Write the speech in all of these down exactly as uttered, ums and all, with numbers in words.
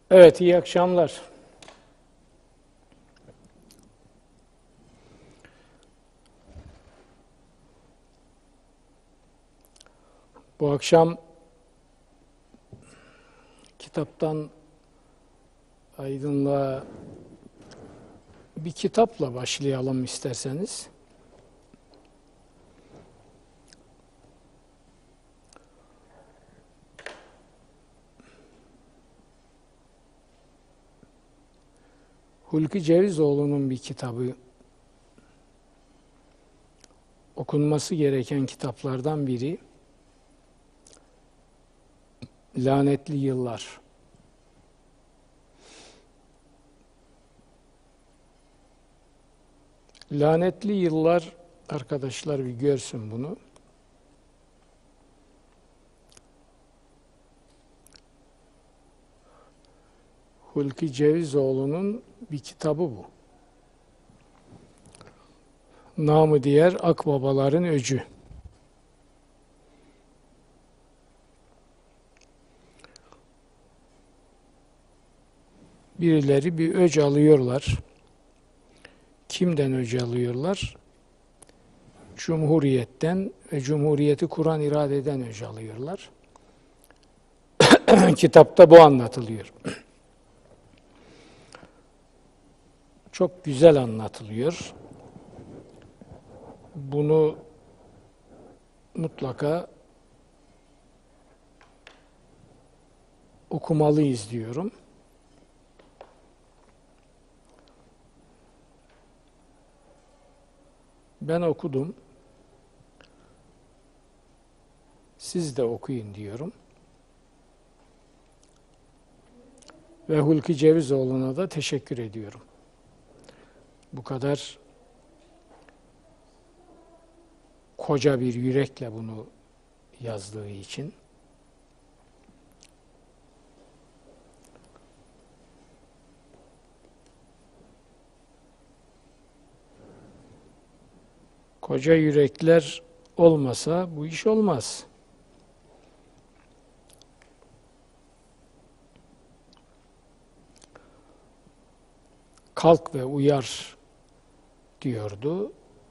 Evet, iyi akşamlar. Bu akşam kitaptan aydınlığa bir kitapla başlayalım isterseniz. Hulki Cevizoğlu'nun bir kitabı, okunması gereken kitaplardan biri, Lanetli Yıllar. Lanetli Yıllar, arkadaşlar bir görsün bunu. Hulki Cevizoğlu'nun bir kitabı bu. Namı diğer Akbabaların Öcü. Birileri bir öc alıyorlar. Kimden öc alıyorlar? Cumhuriyetten ve Cumhuriyeti kuran iradeden öc alıyorlar. Kitapta bu anlatılıyor. Çok güzel anlatılıyor. Bunu mutlaka okumalıyız diyorum. Ben okudum. Siz de okuyun diyorum. Ve Hulki Cevizoğlu'na da teşekkür ediyorum. Bu kadar koca bir yürekle bunu yazdığı için. Koca yürekler olmasa bu iş olmaz. Kalk ve uyar diyordu.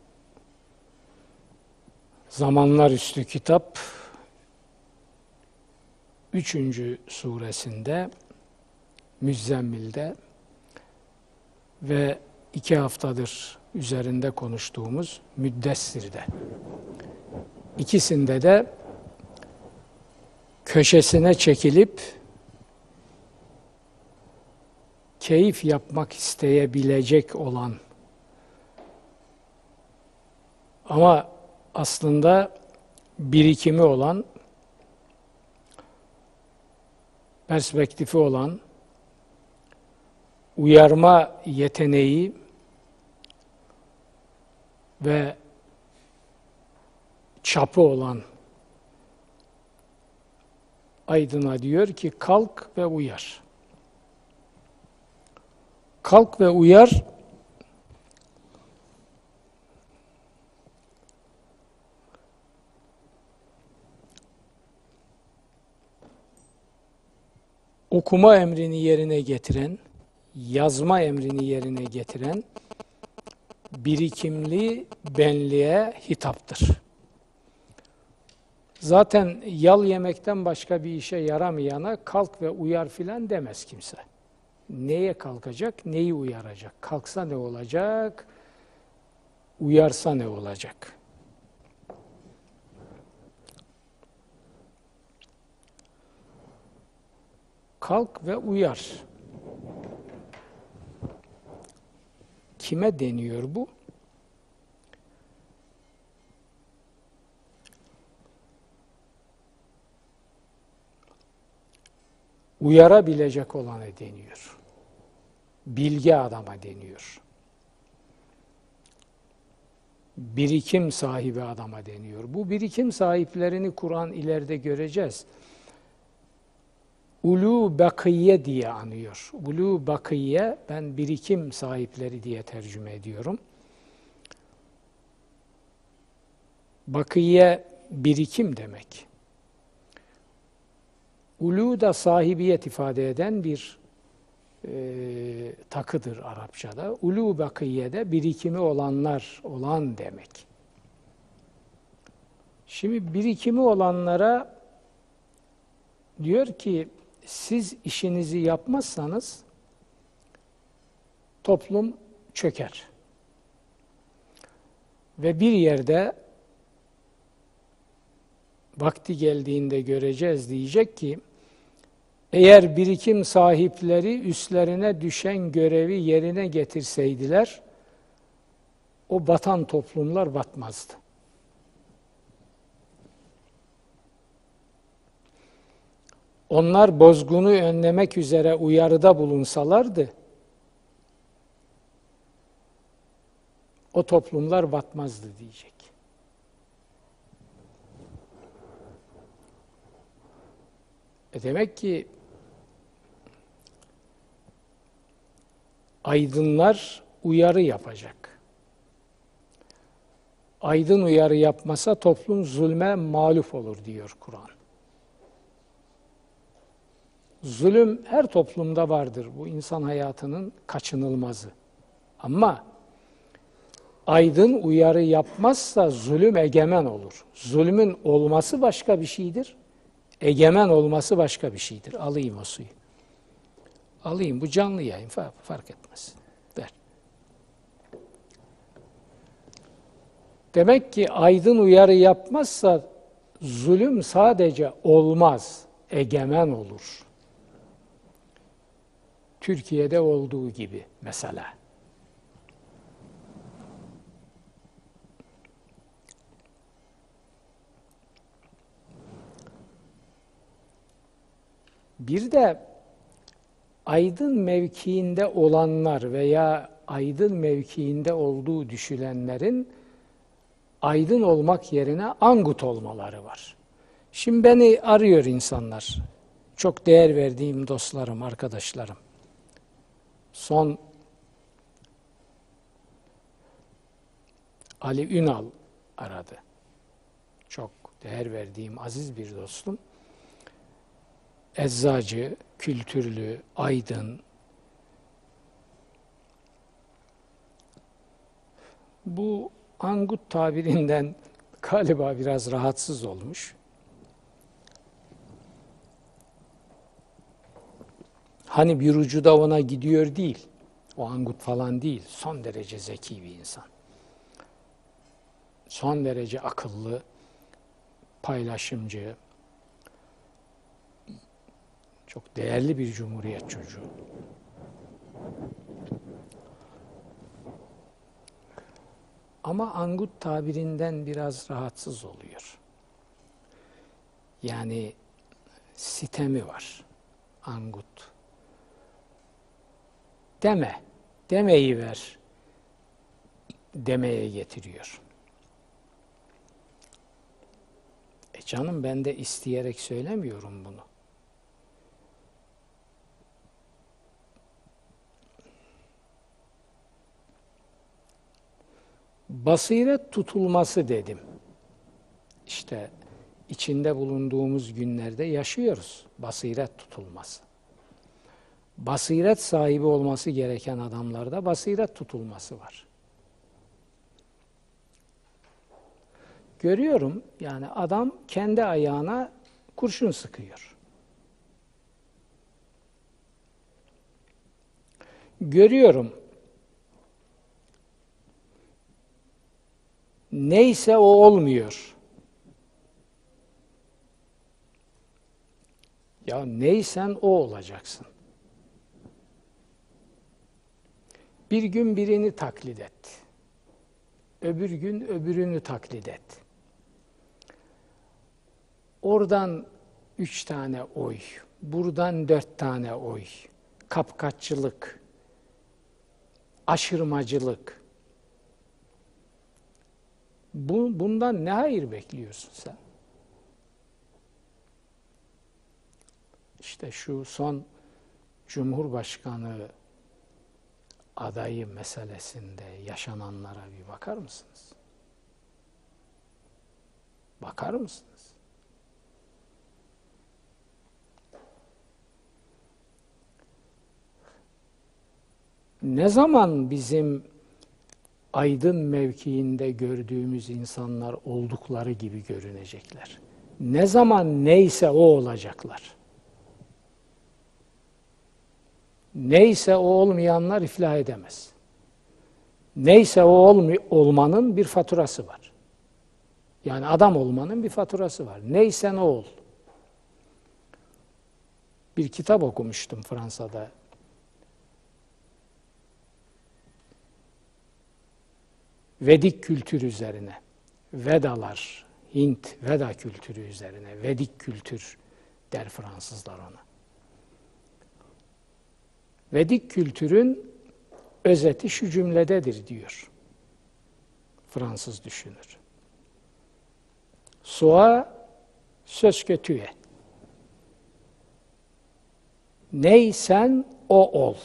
Zamanlar Üstü kitap üçüncü suresinde, Müzzemmil'de ve iki haftadır üzerinde konuştuğumuz Müddessir'de. İkisinde de köşesine çekilip keyif yapmak isteyebilecek olan ama aslında birikimi olan, perspektifi olan, uyarma yeteneği ve çapı olan aydına diyor ki kalk ve uyar. Kalk ve uyar okuma emrini yerine getiren, yazma emrini yerine getiren birikimli benliğe hitaptır. Zaten yal yemekten başka bir işe yaramayana kalk ve uyar filan demez kimse. Neye kalkacak, neyi uyaracak? Kalksa ne olacak, uyarsa ne olacak? Kalk ve uyar. Kime deniyor bu? Uyarabilecek olana deniyor. Bilge adama deniyor. Birikim sahibi adama deniyor. Bu birikim sahiplerini Kur'an ileride göreceğiz. Ulu bakiye diye anıyor. Ulu bakiye, ben birikim sahipleri diye tercüme ediyorum. Bakiye birikim demek. Ulu da sahibiyet ifade eden bir e, takıdır Arapçada. Ulu bakiyede birikimi olanlar, olan demek. Şimdi birikimi olanlara diyor ki, siz işinizi yapmazsanız toplum çöker. Ve bir yerde vakti geldiğinde göreceğiz, diyecek ki, eğer birikim sahipleri üstlerine düşen görevi yerine getirseydiler, o batan toplumlar batmazdı. Onlar bozgunu önlemek üzere uyarıda bulunsalardı, o toplumlar batmazdı diyecek. E demek ki aydınlar uyarı yapacak. Aydın uyarı yapmasa toplum zulme mağlup olur diyor Kur'an. Zulüm her toplumda vardır. Bu insan hayatının kaçınılmazı. Ama aydın uyarı yapmazsa zulüm egemen olur. Zulmün olması başka bir şeydir. Egemen olması başka bir şeydir. Alayım o suyu. Alayım. Bu canlı yayın. Fark etmez. Ver. Demek ki aydın uyarı yapmazsa zulüm sadece olmaz. Egemen olur. Türkiye'de olduğu gibi mesela. Bir de aydın mevkiinde olanlar veya aydın mevkiinde olduğu düşünenlerin aydın olmak yerine angut olmaları var. Şimdi beni arıyor insanlar. Çok değer verdiğim dostlarım, arkadaşlarım. Son Ali Ünal aradı. Çok değer verdiğim aziz bir dostum. Eczacı, kültürlü, aydın. Bu angut tabirinden galiba biraz rahatsız olmuş. Hani bir ucu da ona gidiyor değil. O angut falan değil. Son derece zeki bir insan. Son derece akıllı, paylaşımcı, çok değerli bir cumhuriyet çocuğu. Ama angut tabirinden biraz rahatsız oluyor. Yani sitemi var. Angut. Deme. Demeyi ver. Demeye getiriyor. E canım, ben de isteyerek söylemiyorum bunu. Basiret tutulması dedim. İşte içinde bulunduğumuz günlerde yaşıyoruz. Basiret tutulması. Basiret sahibi olması gereken adamlarda basiret tutulması var. Görüyorum, yani adam kendi ayağına kurşun sıkıyor. Görüyorum, neyse o olmuyor. Ya neysen o olacaksın. Bir gün birini taklit et. Öbür gün öbürünü taklit et. Oradan üç tane oy, buradan dört tane oy. Kapkaççılık, aşırmacılık. Bu, bundan ne hayır bekliyorsun sen? İşte şu son Cumhurbaşkanı adayı meselesinde yaşananlara bir bakar mısınız? Bakar mısınız? Ne zaman bizim aydın mevkiinde gördüğümüz insanlar oldukları gibi görünecekler? Ne zaman neyse o olacaklar? Neyse o olmayanlar iflah edemez. Neyse o olm- olmanın bir faturası var. Yani adam olmanın bir faturası var. Neyse ne ol. Bir kitap okumuştum Fransa'da. Vedik kültür üzerine. Vedalar, Hint Veda kültürü üzerine. Vedik kültür der Fransızlar ona. Vedik kültürün özeti şu cümlededir diyor Fransız düşünür. Sois ce que tu es. Neysen o ol.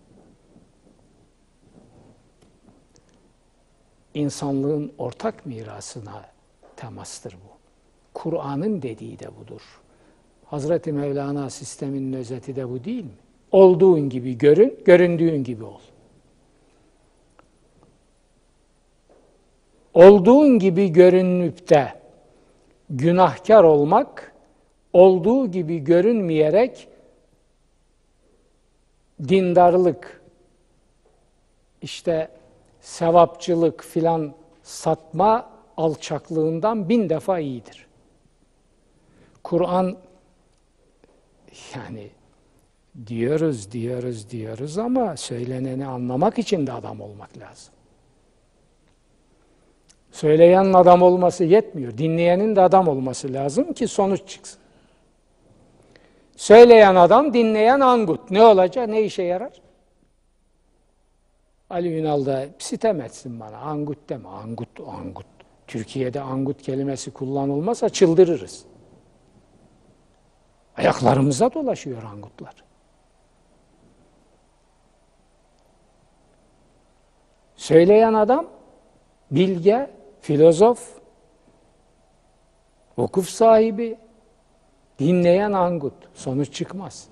İnsanlığın ortak mirasına temastır bu. Kur'an'ın dediği de budur. Hazreti Mevlana sisteminin özeti de bu değil mi? Olduğun gibi görün, göründüğün gibi ol. Olduğun gibi görünüp de günahkar olmak, olduğu gibi görünmeyerek dindarlık, işte sevapçılık filan satma alçaklığından bin defa iyidir. Kur'an, yani diyoruz, diyoruz, diyoruz ama söyleneni anlamak için de adam olmak lazım. Söyleyenin adam olması yetmiyor. Dinleyenin de adam olması lazım ki sonuç çıksın. Söyleyen adam, dinleyen angut. Ne olacak, ne işe yarar? Ali Ünal da sitem etsin bana. Angut deme. Angut, angut. Türkiye'de angut kelimesi kullanılmazsa çıldırırız. Ayaklarımıza dolaşıyor angutlar. Söyleyen adam, bilge, filozof, vakıf sahibi, dinleyen angut. Sonuç çıkmaz.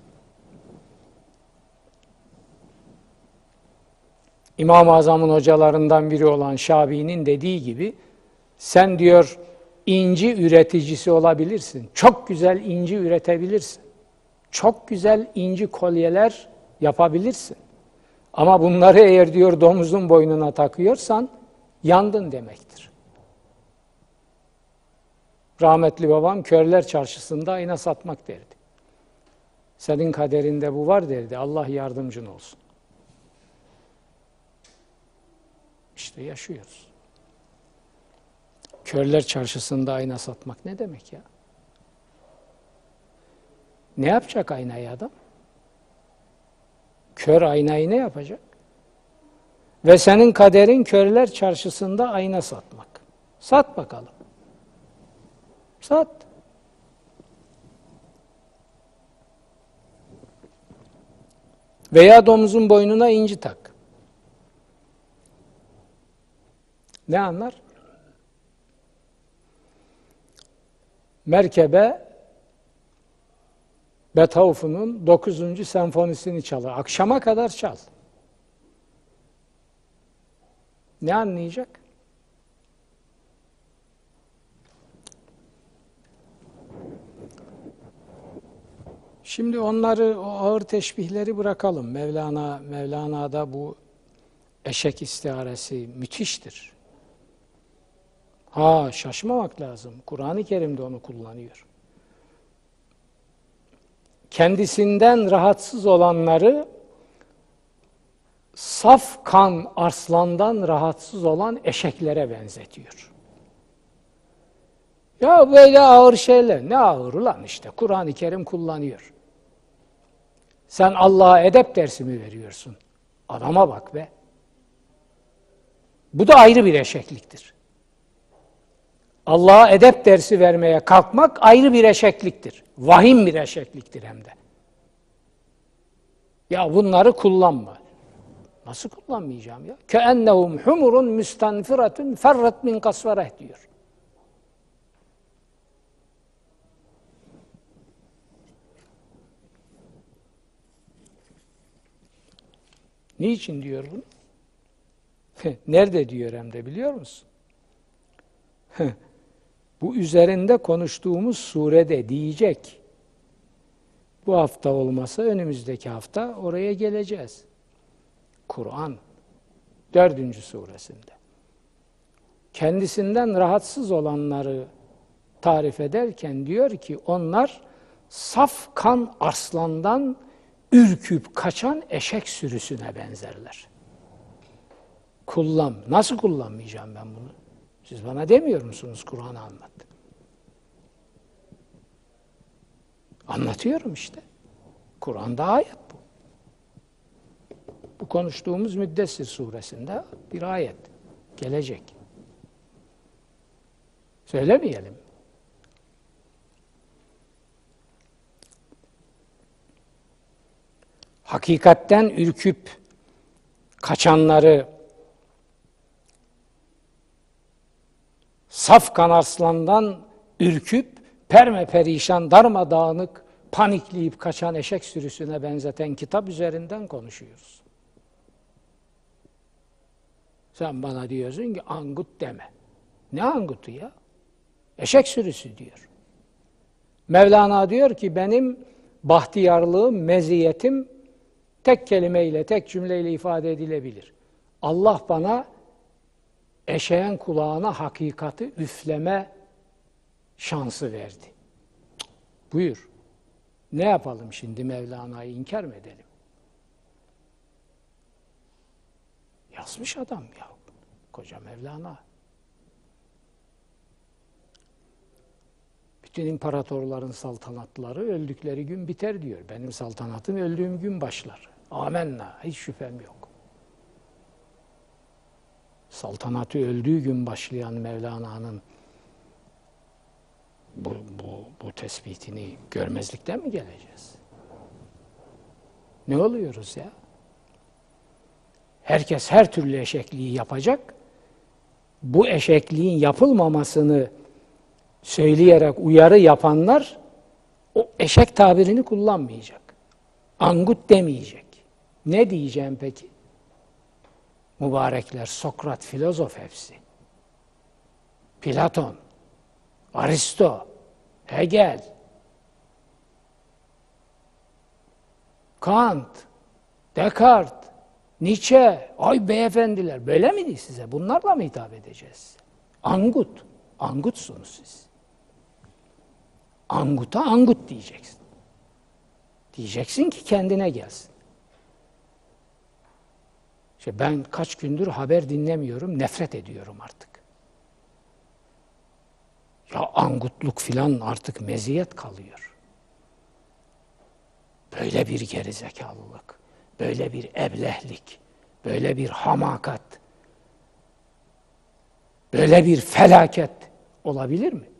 İmam-ı Azam'ın hocalarından biri olan Şabi'nin dediği gibi, sen diyor inci üreticisi olabilirsin. Çok güzel inci üretebilirsin. Çok güzel inci kolyeler yapabilirsin. Ama bunları eğer diyor domuzun boynuna takıyorsan yandın demektir. Rahmetli babam körler çarşısında ayna satmak derdi. Senin kaderinde bu var derdi. Allah yardımcın olsun. İşte yaşıyoruz. Körler çarşısında ayna satmak ne demek ya? Ne yapacak aynayı adam? Kör aynayı ne yapacak? Ve senin kaderin körler çarşısında ayna satmak. Sat bakalım. Sat. Veya domuzun boynuna inci tak. Ne anlar? Merkebe Beethoven'un dokuzuncu senfonisini çalar. Akşama kadar çal. Ne anlayacak? Şimdi onları, o ağır teşbihleri bırakalım. Mevlana, Mevlana'da bu eşek istiaresi müthiştir. Ha, şaşmamak lazım. Kur'an-ı Kerim'de onu kullanıyor. Kendisinden rahatsız olanları saf kan arslandan rahatsız olan eşeklere benzetiyor. Ya böyle ağır şeyler, ne ağır ulan işte Kur'an-ı Kerim kullanıyor. Sen Allah'a edep dersi mi veriyorsun? Adama bak be. Bu da ayrı bir eşekliktir. Allah'a edep dersi vermeye kalkmak ayrı bir eşekliktir. Vahim bir eşekliktir hem de. Ya bunları kullanma. Nasıl kullanmayacağım ya? Keennehum humurun müstenfiratun ferrat min kasvereh diyor. Niçin diyor bunu? Nerede diyor hem de biliyor musun? Bu üzerinde konuştuğumuz surede diyecek. Bu hafta olmasa önümüzdeki hafta oraya geleceğiz. Kur'an dördüncü suresinde. Kendisinden rahatsız olanları tarif ederken diyor ki onlar saf kan arslandan ürküp kaçan eşek sürüsüne benzerler. Kullan. Nasıl kullanmayacağım ben bunu? Siz bana demiyor musunuz Kur'an'ı anlat? Anlatıyorum işte. Kur'an'da ayet bu. Bu konuştuğumuz Müddessir suresinde bir ayet. Gelecek. Söylemeyelim. Hakikatten ürküp kaçanları saf kan arslandan ürküp perme perişan, darmadağınık, panikleyip kaçan eşek sürüsüne benzeten kitap üzerinden konuşuyoruz. Sen bana diyorsun ki angut deme. Ne angutu ya? Eşek sürüsü diyor. Mevlana diyor ki benim bahtiyarlığım, meziyetim tek kelimeyle, tek cümleyle ifade edilebilir. Allah bana eşeğin kulağına hakikati üfleme şansı verdi. Buyur. Ne yapalım şimdi, Mevlana'yı inkar mı edelim? Yazmış adam ya. Koca Mevlana. Bütün imparatorların saltanatları öldükleri gün biter diyor. Benim saltanatım öldüğüm gün başlar. Amenna. Hiç şüphem yok. Saltanatı öldüğü gün başlayan Mevlana'nın bu, bu, bu tespitini görmezlikten mi geleceğiz? Ne oluyoruz ya? Herkes her türlü eşekliği yapacak. Bu eşekliğin yapılmamasını söyleyerek uyarı yapanlar o eşek tabirini kullanmayacak. Angut demeyecek. Ne diyeceğim peki? Mübarekler, Sokrat, filozof hepsi. Platon, Aristo, Hegel, Kant, Descartes, Nietzsche, ay beyefendiler, böyle miydi size? Bunlarla mı hitap edeceğiz? Angut, angutsunuz siz. Anguta angut diyeceksin. Diyeceksin ki kendine gelsin. İşte ben kaç gündür haber dinlemiyorum, nefret ediyorum artık. Ya angutluk filan artık meziyet kalıyor. Böyle bir gerizekalılık, böyle bir eblehlik, böyle bir hamakat, böyle bir felaket olabilir mi?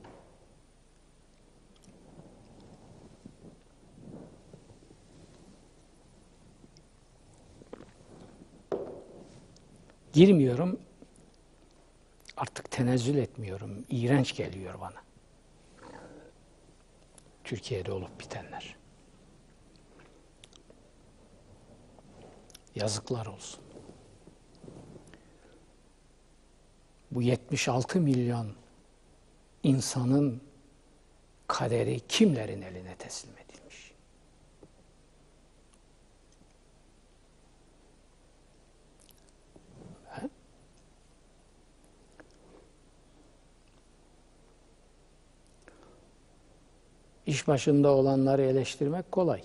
Girmiyorum, artık tenezzül etmiyorum, iğrenç geliyor bana. Türkiye'de olup bitenler. Yazıklar olsun. Bu yetmiş altı milyon insanın kaderi kimlerin eline teslim edilmiş? He? İş başında olanları eleştirmek kolay.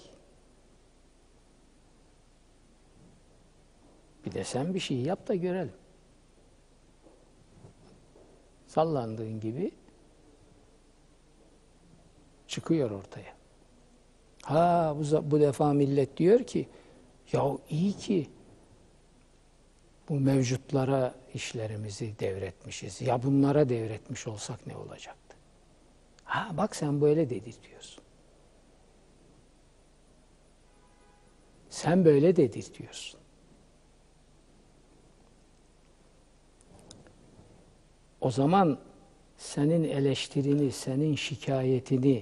Bir de sen bir şey yap da görelim. Sallandığın gibi çıkıyor ortaya. Ha bu, bu defa millet diyor ki ya iyi ki bu mevcutlara işlerimizi devretmişiz. Ya bunlara devretmiş olsak ne olacaktı? Ha bak sen böyle dedirtiyorsun. Sen böyle dedirtiyorsun. O zaman senin eleştirini, senin şikayetini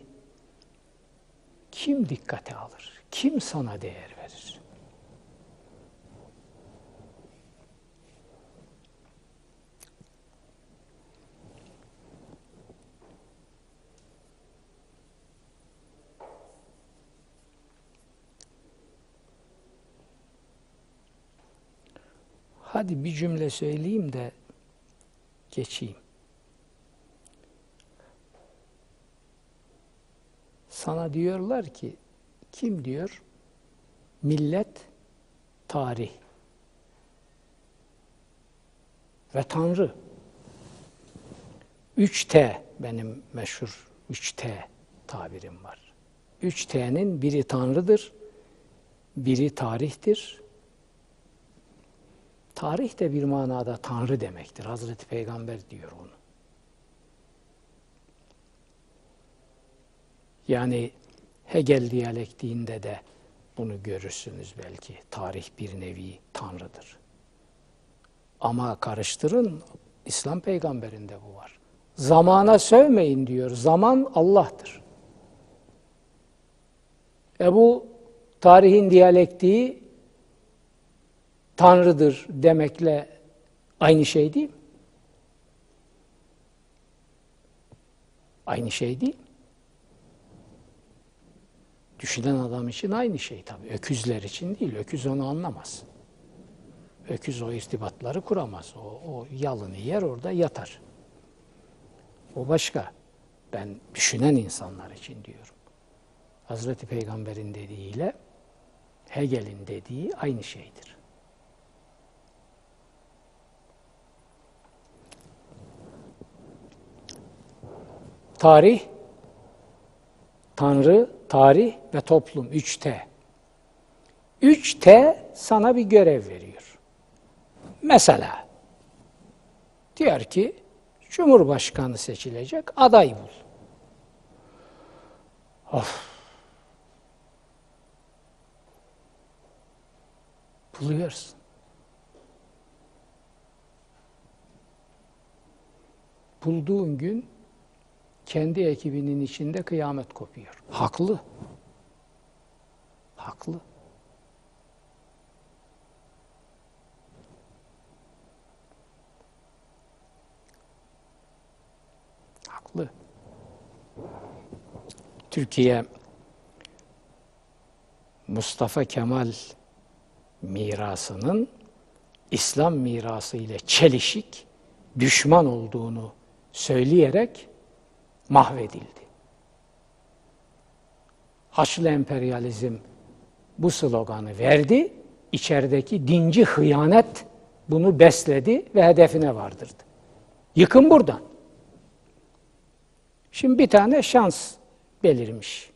kim dikkate alır? Kim sana değer verir? Hadi bir cümle söyleyeyim de geçeyim. Sana diyorlar ki, kim diyor? Millet, tarih ve Tanrı. üç T benim meşhur üç T tabirim var. üç T'nin biri Tanrı'dır, biri tarihtir. Tarih de bir manada Tanrı demektir. Hazreti Peygamber diyor onu. Yani Hegel diyalektiğinde de bunu görürsünüz belki. Tarih bir nevi Tanrı'dır. Ama karıştırın, İslam peygamberinde bu var. Zamana sövmeyin diyor. Zaman Allah'tır. E bu tarihin diyalektiği Tanrı'dır demekle aynı şey değil mi? Aynı şey değil. Düşünen adam için aynı şey tabii. Öküzler için değil. Öküz onu anlamaz. Öküz o irtibatları kuramaz. O, o yalını yer, orada yatar. O başka. Ben düşünen insanlar için diyorum. Hazreti Peygamber'in dediğiyle Hegel'in dediği aynı şeydir. Tarih, Tanrı, tarih ve toplum. üç T. üç T sana bir görev veriyor. Mesela diyor ki Cumhurbaşkanı seçilecek, aday bul. Of. Buluyorsun. Bulduğun gün kendi ekibinin içinde kıyamet kopuyor. Haklı. Haklı. Haklı. Türkiye Mustafa Kemal mirasının İslam mirası ile çelişik, düşman olduğunu söyleyerek mahvedildi. Haçlı emperyalizm bu sloganı verdi, içerideki dinci hıyanet bunu besledi ve hedefine vardırdı. Yıkım buradan. Şimdi bir tane şans belirmiş.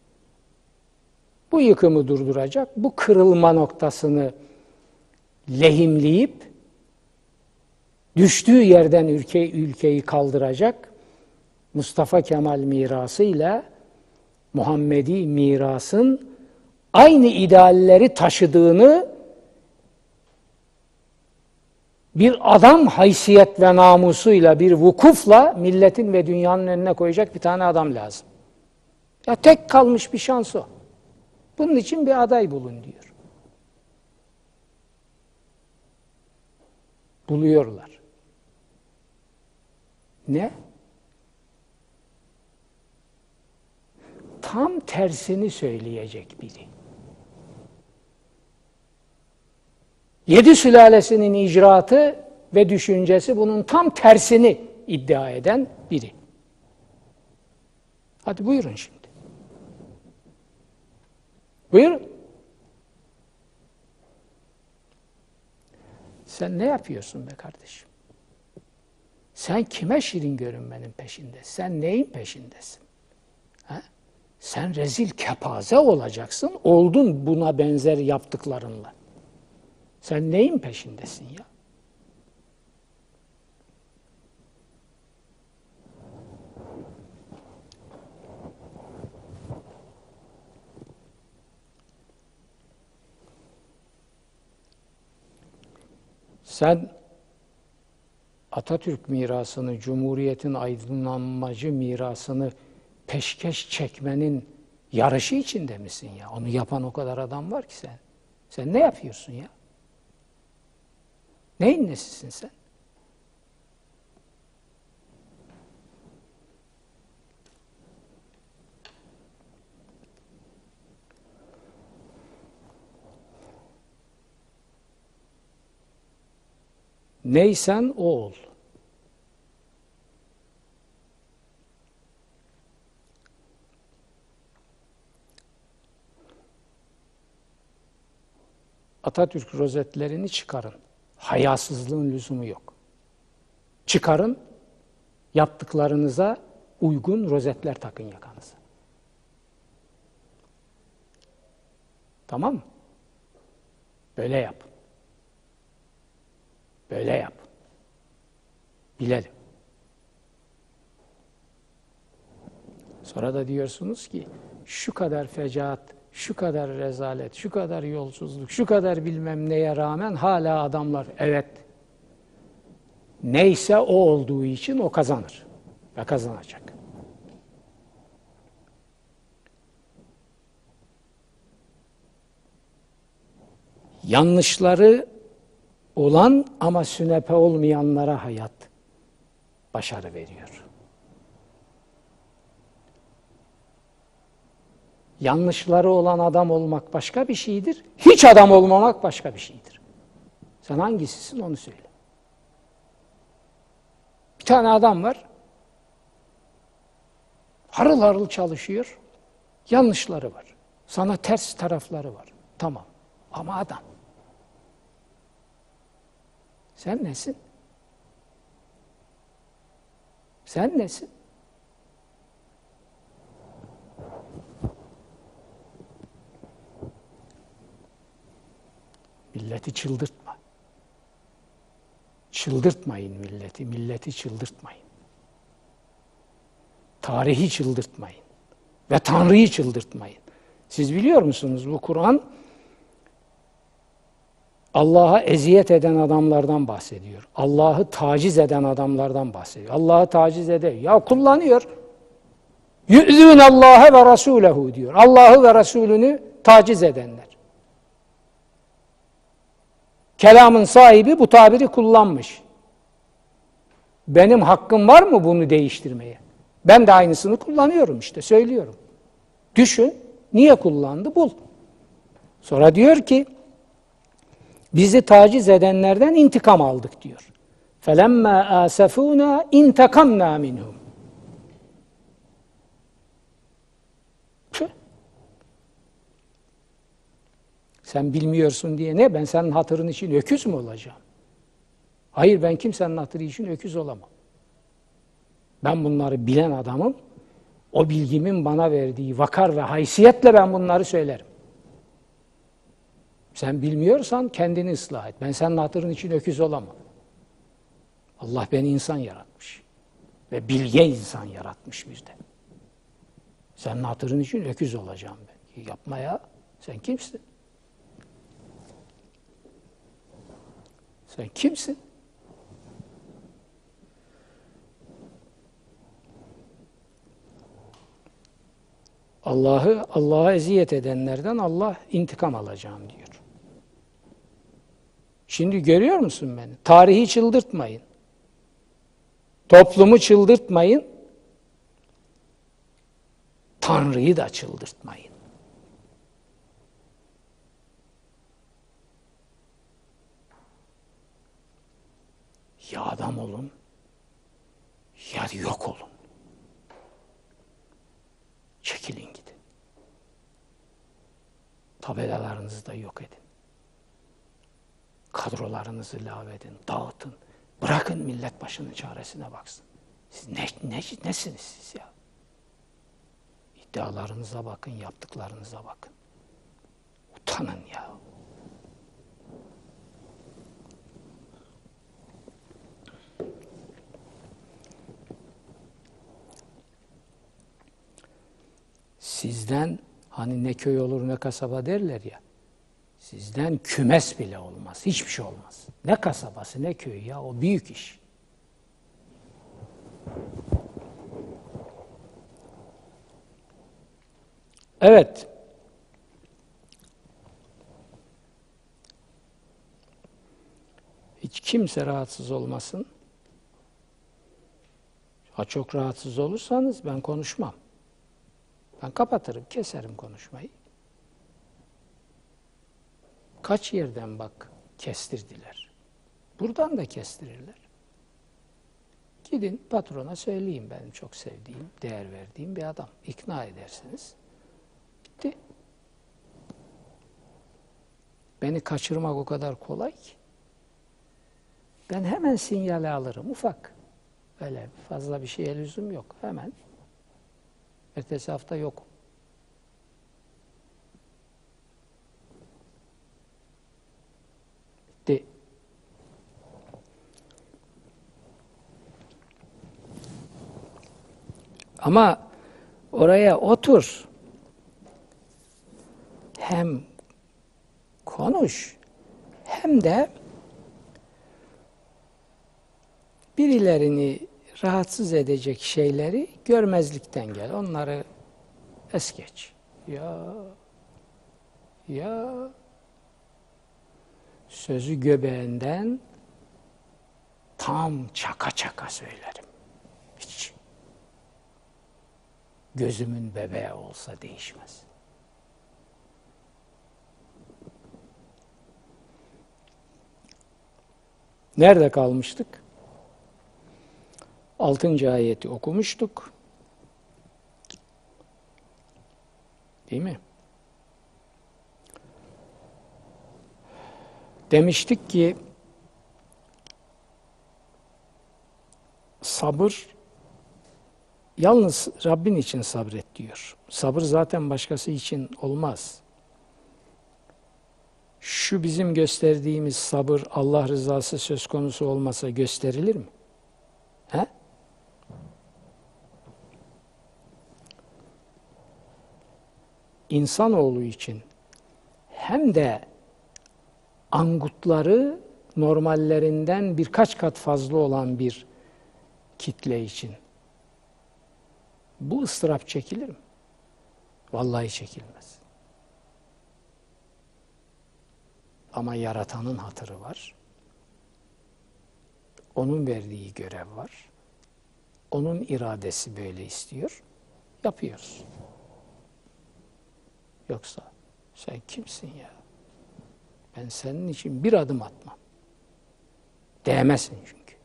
Bu yıkımı durduracak, bu kırılma noktasını lehimleyip düştüğü yerden ülke, ülkeyi kaldıracak Mustafa Kemal mirasıyla Muhammedi mirasın aynı idealleri taşıdığını bir adam haysiyet ve namusuyla, bir vukufla milletin ve dünyanın önüne koyacak bir tane adam lazım. Ya tek kalmış bir şans o. Bunun için bir aday bulun diyor. Buluyorlar. Ne? Tam tersini söyleyecek biri. Yedi sülalesinin icraatı ve düşüncesi bunun tam tersini iddia eden biri. Hadi buyurun şimdi. Buyurun. Sen ne yapıyorsun be kardeşim? Sen kime şirin görünmenin peşinde? Sen neyin peşindesin? Ha? Sen rezil kepaze olacaksın. Oldun buna benzer yaptıklarınla. Sen neyin peşindesin ya? Sen Atatürk mirasını, Cumhuriyet'in aydınlanmacı mirasını peşkeş çekmenin yarışı içinde misin ya? Onu yapan o kadar adam var ki sen. Sen ne yapıyorsun ya? Neyin nesisin sen? Neysen o ol. Atatürk rozetlerini çıkarın. Hayasızlığın lüzumu yok. Çıkarın, yaptıklarınıza uygun rozetler takın yakanıza. Tamam mı? Böyle yap. Böyle yap. Bilelim. Sonra da diyorsunuz ki şu kadar fecaat, şu kadar rezalet, şu kadar yolsuzluk, şu kadar bilmem neye rağmen hala adamlar evet neyse o olduğu için o kazanır ve kazanacak. Yanlışları olan ama sünepe olmayanlara hayat başarı veriyor. Yanlışları olan adam olmak başka bir şeydir. Hiç adam olmamak başka bir şeydir. Sen hangisisin onu söyle. Bir tane adam var. Harıl harıl çalışıyor. Yanlışları var. Sana ters tarafları var. Tamam. Ama adam. Sen nesin? Sen nesin? Milleti çıldırtma. Çıldırtmayın milleti. Milleti çıldırtmayın. Tarihi çıldırtmayın. Ve Tanrı'yı çıldırtmayın. Siz biliyor musunuz bu Kur'an Allah'a eziyet eden adamlardan bahsediyor. Allah'ı taciz eden adamlardan bahsediyor. Allah'ı taciz eder. Ya kullanıyor. Yü'zûn Allah'a ve Rasûlehu diyor. Allah'ı ve Resulünü taciz edenler. Kelamın sahibi bu tabiri kullanmış. Benim hakkım var mı bunu değiştirmeye? Ben de aynısını kullanıyorum işte, söylüyorum. Düşün, niye kullandı? Bul. Sonra diyor ki, bizi taciz edenlerden intikam aldık diyor. فَلَمَّا آسَفُونَا اِنْتَقَمْنَا مِنْهُمْ Sen bilmiyorsun diye ne? Ben senin hatırın için öküz mü olacağım? Hayır, ben kimsenin hatırı için öküz olamam. Ben bunları bilen adamım. O bilgimin bana verdiği vakar ve haysiyetle ben bunları söylerim. Sen bilmiyorsan kendini ıslah et. Ben senin hatırın için öküz olamam. Allah beni insan yaratmış. Ve bilge insan yaratmış bir de. Senin hatırın için öküz olacağım ben. Yapma ya. Sen kimsin? Sen kimsin? Allah'ı Allah'a eziyet edenlerden Allah intikam alacağım diyor. Şimdi görüyor musun beni? Tarihi çıldırtmayın. Toplumu çıldırtmayın. Tanrı'yı da çıldırtmayın. Ya adam olun, ya yok olun. Çekilin gidin. Tabelalarınızı da yok edin. Kadrolarınızı lağvedin, dağıtın. Bırakın millet başının çaresine baksın. Siz ne, ne, nesiniz siz ya? İddialarınıza bakın, yaptıklarınıza bakın. Utanın ya. Sizden hani ne köy olur ne kasaba derler ya. Sizden kümes bile olmaz. Hiçbir şey olmaz. Ne kasabası ne köyü ya. O büyük iş. Evet. Hiç kimse rahatsız olmasın. Ha çok rahatsız olursanız ben konuşmam. Ben kapatırım, keserim konuşmayı. Kaç yerden bak kestirdiler. Buradan da kestirirler. Gidin patrona söyleyeyim, benim çok sevdiğim, değer verdiğim bir adam. İkna edersiniz. Bitti. Beni kaçırmak o kadar kolay ki. Ben hemen sinyali alırım, ufak. Öyle fazla bir şeye lüzum yok. Hemen. Ertesi hafta yok. Bitti. Ama oraya otur. Hem konuş, hem de birilerini rahatsız edecek şeyleri görmezlikten gel. Onları es geç. Ya, ya, sözü göbeğinden tam çaka çaka söylerim. Hiç. Gözümün bebeği olsa değişmez. Nerede kalmıştık? Altıncı ayeti okumuştuk. Değil mi? Demiştik ki sabır yalnız Rabbin için sabret diyor. Sabır zaten başkası için olmaz. Şu bizim gösterdiğimiz sabır Allah rızası söz konusu olmasa gösterilir mi? He? İnsanoğlu için hem de angutları normallerinden birkaç kat fazla olan bir kitle için bu ıstırap çekilir mi? Vallahi çekilmez. Ama yaratanın hatırı var. Onun verdiği görev var. Onun iradesi böyle istiyor. Yapıyoruz. Yoksa sen kimsin ya? Ben senin için bir adım atmam. Değmezsin çünkü.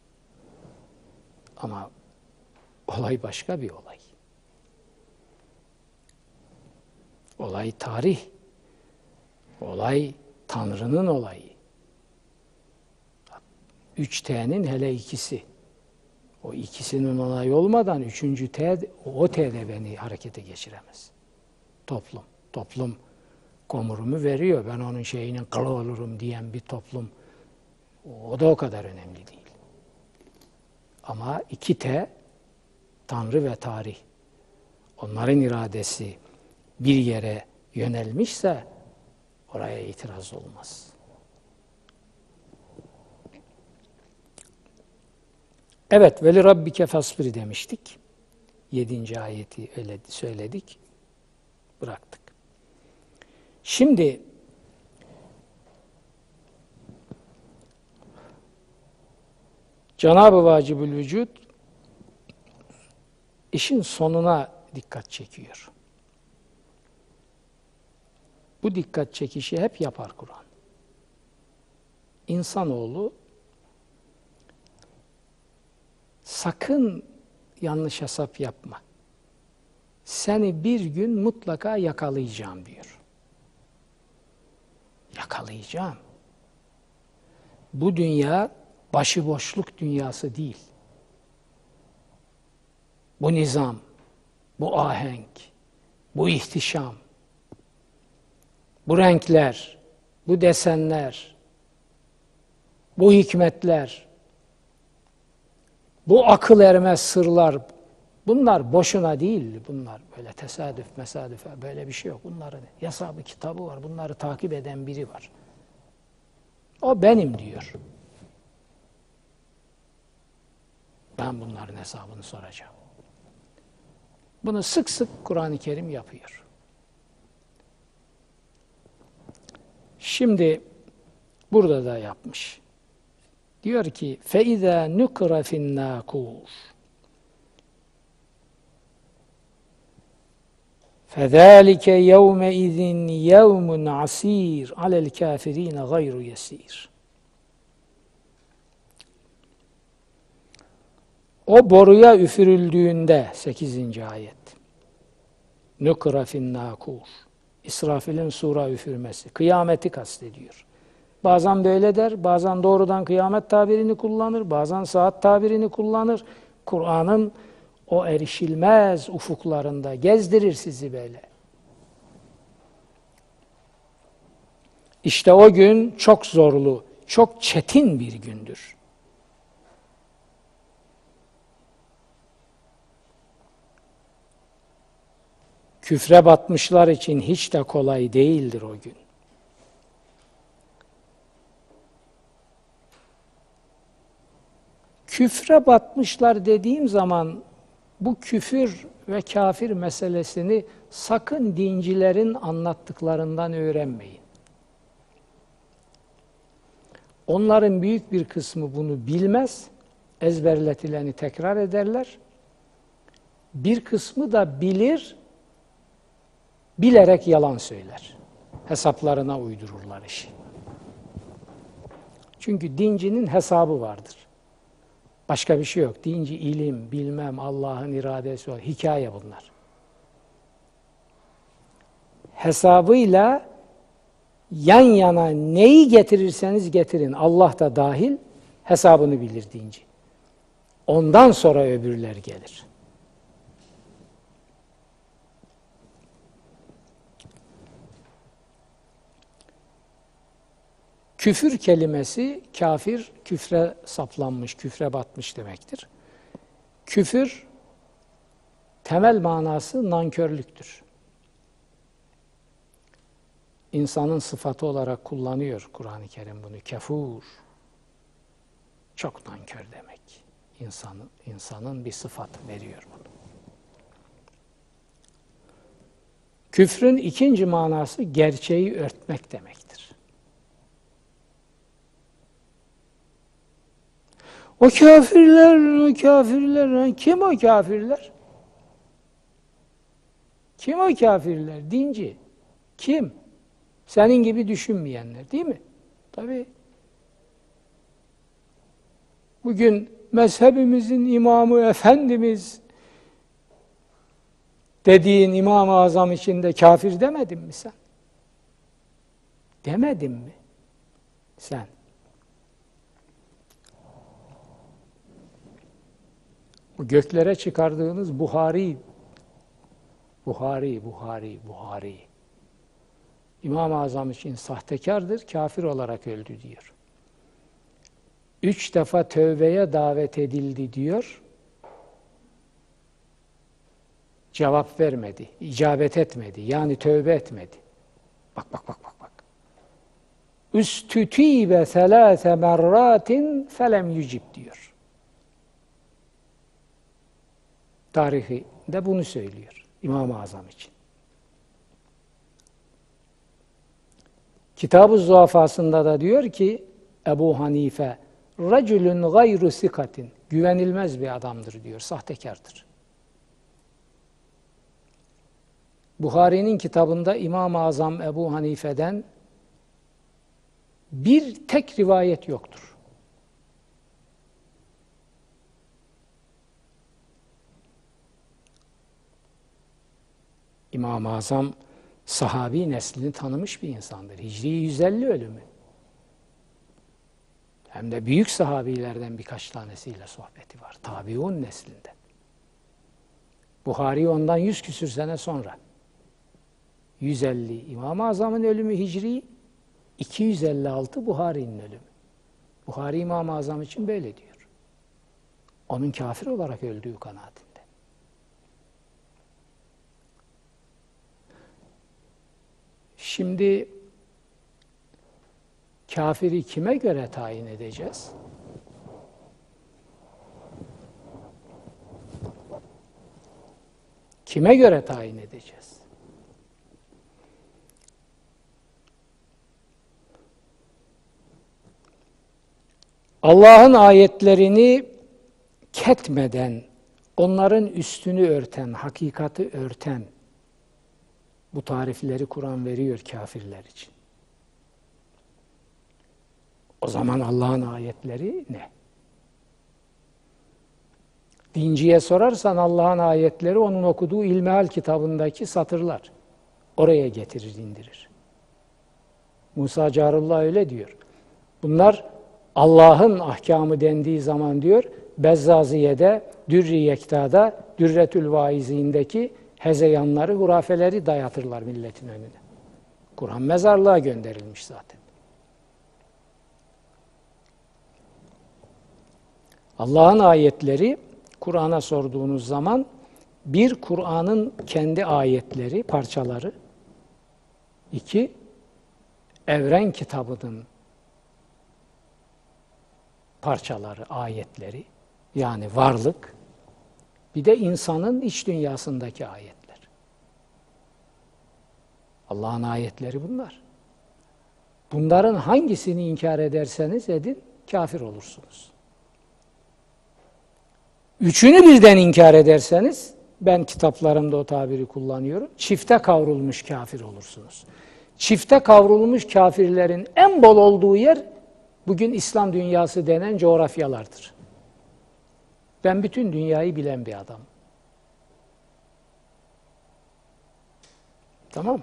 Ama olay başka bir olay. Olay tarih. Olay Tanrı'nın olayı. Üç T'nin hele ikisi. O ikisinin onayı olmadan üçüncü T, o T'de beni harekete geçiremez. Toplum. Toplum komurumu veriyor. Ben onun şeyinin kılı olurum diyen bir toplum. O da o kadar önemli değil. Ama iki T, Tanrı ve tarih. Onların iradesi bir yere yönelmişse oraya itiraz olmaz. Evet, veli rabbike fasbir demiştik. Yedinci ayeti öyle söyledik. Bıraktık. Şimdi Cenab-ı Vacibül Vücud işin sonuna dikkat çekiyor. Bu dikkat çekişi hep yapar Kur'an. İnsanoğlu sakın yanlış hesap yapma. Seni bir gün mutlaka yakalayacağım diyor. Yakalayacağım. Bu dünya başıboşluk dünyası değil. Bu nizam, bu ahenk, bu ihtişam, bu renkler, bu desenler, bu hikmetler, bu akıl ermez sırlar, bunlar boşuna değil. Bunlar böyle tesadüf, mesadüfe böyle bir şey yok. Bunların hesabı, kitabı var. Bunları takip eden biri var. O benim diyor. Ben bunların hesabını soracağım. Bunu sık sık Kur'an-ı Kerim yapıyor. Şimdi burada da yapmış. Diyor ki فَاِذَا نُكْرَ فِي النَّاقُورِ فَذَٰلِكَ يَوْمَئِذٍ يَوْمٌ عَس۪يرٌ عَلَى الْكَافِر۪ينَ غَيْرُ يَس۪يرٌ. O boruya üfürüldüğünde sekizinci ayet. Nukra fin nakur. İsrafil'in sura üfürmesi. Kıyameti kastediyor. Bazen böyle der, bazen doğrudan kıyamet tabirini kullanır, bazen saat tabirini kullanır. Kur'an'ın o erişilmez ufuklarında gezdirir sizi böyle. İşte o gün çok zorlu, çok çetin bir gündür. Küfre batmışlar için hiç de kolay değildir o gün. Küfre batmışlar dediğim zaman bu küfür ve kafir meselesini sakın dincilerin anlattıklarından öğrenmeyin. Onların büyük bir kısmı bunu bilmez, ezberletileni tekrar ederler. Bir kısmı da bilir, bilerek yalan söyler. Hesaplarına uydururlar işi. Çünkü dincinin hesabı vardır. Başka bir şey yok. Dinci ilim, bilmem, Allah'ın iradesi var. Hikaye bunlar. Hesabıyla yan yana neyi getirirseniz getirin, Allah da dahil, hesabını bilir dinci. Ondan sonra öbürler gelir. Küfür kelimesi, kafir, küfre saplanmış, küfre batmış demektir. Küfür, temel manası nankörlüktür. İnsanın sıfatı olarak kullanıyor Kur'an-ı Kerim bunu. Kefur, çok nankör demek. İnsanın, insanın bir sıfatı veriyor bunu. Küfrün ikinci manası gerçeği örtmek demektir. O kafirler, o kafirler, kim o kafirler? Kim o kafirler? Dinci. Kim? Senin gibi düşünmeyenler, değil mi? Tabii. Bugün mezhebimizin imamı Efendimiz dediğin İmam-ı Azam içinde kafir demedin mi sen? Demedin mi sen? Bu göklere çıkardığınız Buhari, Buhari, Buhari, Buhari. İmam-ı Azam için sahtekardır, kafir olarak öldü diyor. Üç defa tövbeye davet edildi diyor. Cevap vermedi, icabet etmedi. Yani tövbe etmedi. Bak bak bak bak bak. Üstütibe selâse merratin felem yücib diyor. Tarihi de bunu söylüyor İmam-ı Azam için. Kitab-ı Zuhafasında da diyor ki Ebu Hanife racülün gayru sikatin, güvenilmez bir adamdır diyor, sahtekardır. Buhari'nin kitabında İmam-ı Azam Ebu Hanife'den bir tek rivayet yoktur. İmam-ı Azam sahabi neslini tanımış bir insandır. Hicri yüz elli ölümü. Hem de büyük sahabilerden birkaç tanesiyle sohbeti var. Tabiun neslinden. Buhari ondan yüz küsür sene sonra. yüz elli İmam-ı Azam'ın ölümü Hicri, iki yüz elli altı Buhari'nin ölümü. Buhari İmam-ı Azam için böyle diyor. Onun kafir olarak öldüğü kanaatinde. Şimdi kafiri kime göre tayin edeceğiz? Kime göre tayin edeceğiz? Allah'ın ayetlerini ketmeden, onların üstünü örten, hakikati örten, bu tarifleri Kur'an veriyor kafirler için. O zaman Allah'ın ayetleri ne? Dinciye sorarsan Allah'ın ayetleri onun okuduğu İlmihal kitabındaki satırlar. Oraya getirir, indirir. Musa Carullah öyle diyor. Bunlar Allah'ın ahkamı dendiği zaman diyor, Bezzaziye'de, Dürr-i Yekta'da, Dürretül Vaizi'ndeki hezeyanları, hurafeleri dayatırlar milletin önüne. Kur'an mezarlığa gönderilmiş zaten. Allah'ın ayetleri, Kur'an'a sorduğunuz zaman, bir, Kur'an'ın kendi ayetleri, parçaları, iki, evren kitabının parçaları, ayetleri, yani varlık, bir de insanın iç dünyasındaki ayetler. Allah'ın ayetleri bunlar. Bunların hangisini inkar ederseniz edin, kafir olursunuz. Üçünü birden inkar ederseniz, ben kitaplarımda o tabiri kullanıyorum, çifte kavrulmuş kafir olursunuz. Çifte kavrulmuş kafirlerin en bol olduğu yer, bugün İslam dünyası denen coğrafyalardır. Ben bütün dünyayı bilen bir adamım. Tamam.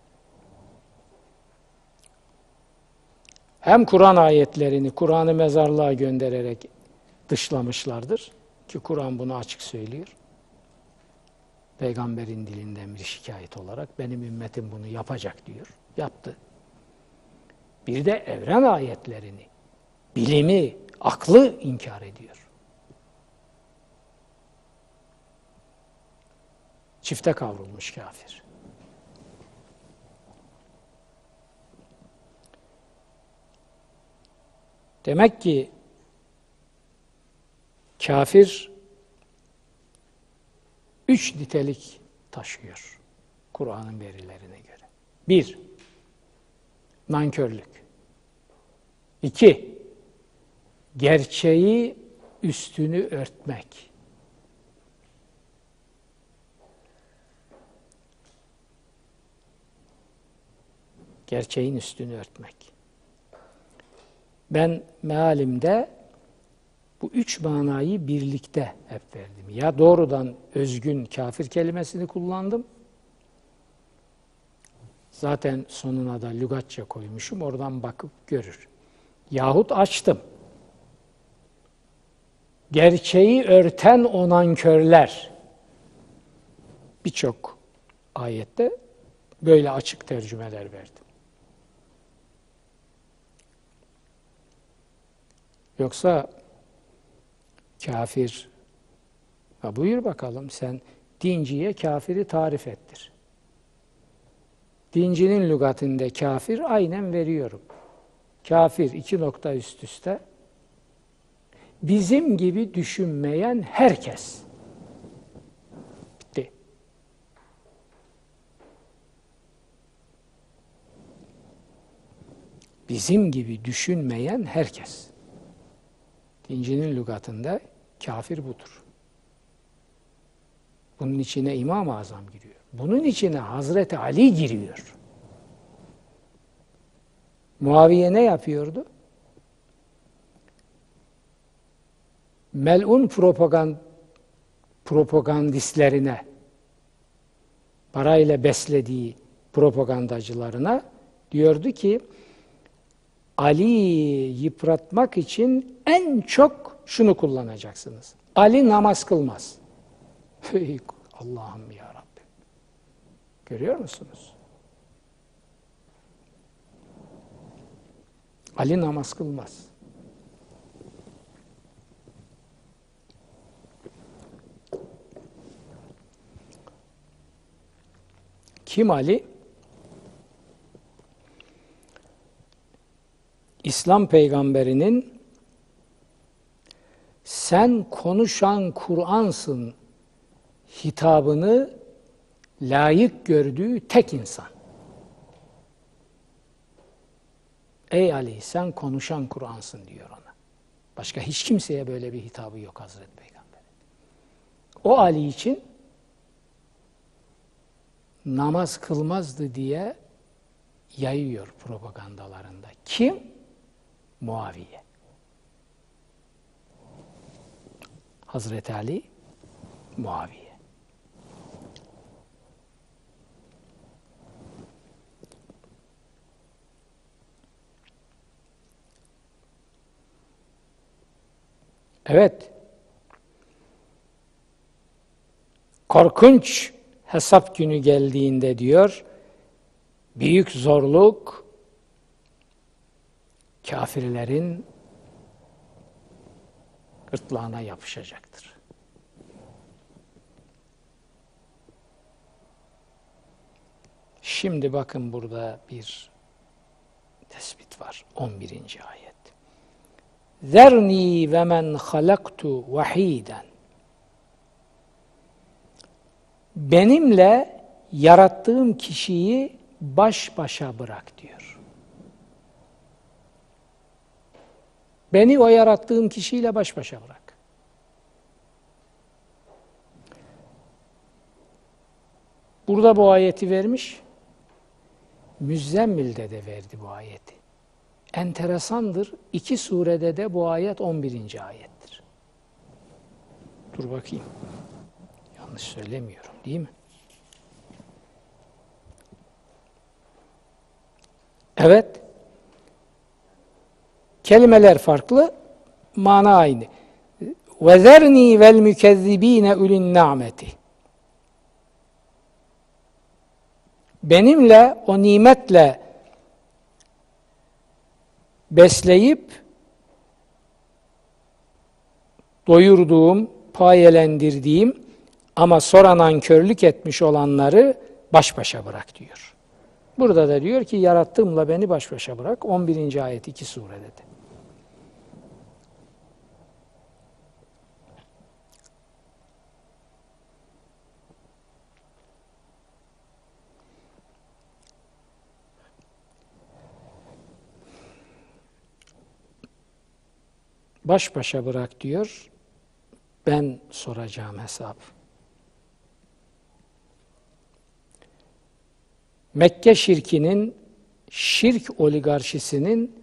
Hem Kur'an ayetlerini Kur'an'ı mezarlığa göndererek dışlamışlardır ki Kur'an bunu açık söylüyor. Peygamberin dilinden bir şikayet olarak benim ümmetim bunu yapacak diyor. Yaptı. Bir de evren ayetlerini, bilimi, aklı inkar ediyor. Çifte kavrulmuş kafir. Demek ki kafir üç nitelik taşıyor Kur'an'ın verilerine göre. Bir, nankörlük. İki, gerçeği üstünü örtmek. Gerçeğin üstünü örtmek. Ben mealimde bu üç manayı birlikte hep verdim. Ya doğrudan özgün kafir kelimesini kullandım. Zaten sonuna da lügatça koymuşum. Oradan bakıp görür. Yahut açtım. Gerçeği örten o nankörler. Birçok ayette böyle açık tercümeler verdim. Yoksa kafir, ha buyur bakalım sen dinciye kafiri tarif ettir. Dincinin lügatinde kafir aynen veriyorum. Kafir iki nokta üst üste. Bizim gibi düşünmeyen herkes. Bitti. Bizim gibi düşünmeyen herkes. Dincinin lügatında kafir budur. Bunun içine İmam-ı Azam giriyor. Bunun içine Hazreti Ali giriyor. Muaviye ne yapıyordu? Melun propagand, propagandistlerine, parayla beslediği propagandacılarına diyordu ki, Ali'yi yıpratmak için en çok şunu kullanacaksınız. Ali namaz kılmaz. Allah'ım ya Rabbi. Görüyor musunuz? Ali namaz kılmaz. Kim Ali? İslam peygamberinin sen konuşan Kur'ansın hitabını layık gördüğü tek insan. Ey Ali sen konuşan Kur'ansın diyor ona. Başka hiç kimseye böyle bir hitabı yok Hazreti Peygamber. O Ali için namaz kılmazdı diye yayıyor propagandalarında. Kim? Muaviye. Hazreti Ali Muaviye. Evet. Korkunç hesap günü geldiğinde diyor, büyük zorluk kafirlerin gırtlağına yapışacaktır. Şimdi bakın burada bir tespit var. on birinci ayet. Zerni ve men halaktu vahiden. Benimle yarattığım kişiyi baş başa bırak diyor. Beni o yarattığım kişiyle baş başa bırak. Burada bu ayeti vermiş. Müzzemmil'de de verdi bu ayeti. Enteresandır. İki surede de bu ayet on birinci ayettir. Dur bakayım. Yanlış söylemiyorum değil mi? Evet. Kelimeler farklı, mana aynı. وَذَرْنِي وَالْمُكَذِّب۪ينَ اُلِنْ نَعْمَةِ. Benimle, o nimetle besleyip doyurduğum, payelendirdiğim ama sonra nankörlük etmiş olanları baş başa bırak diyor. Burada da diyor ki yarattığımla beni baş başa bırak. on birinci ayet iki surede de. Baş başa bırak diyor. Ben soracağım hesap. Mekke şirkinin, şirk oligarşisinin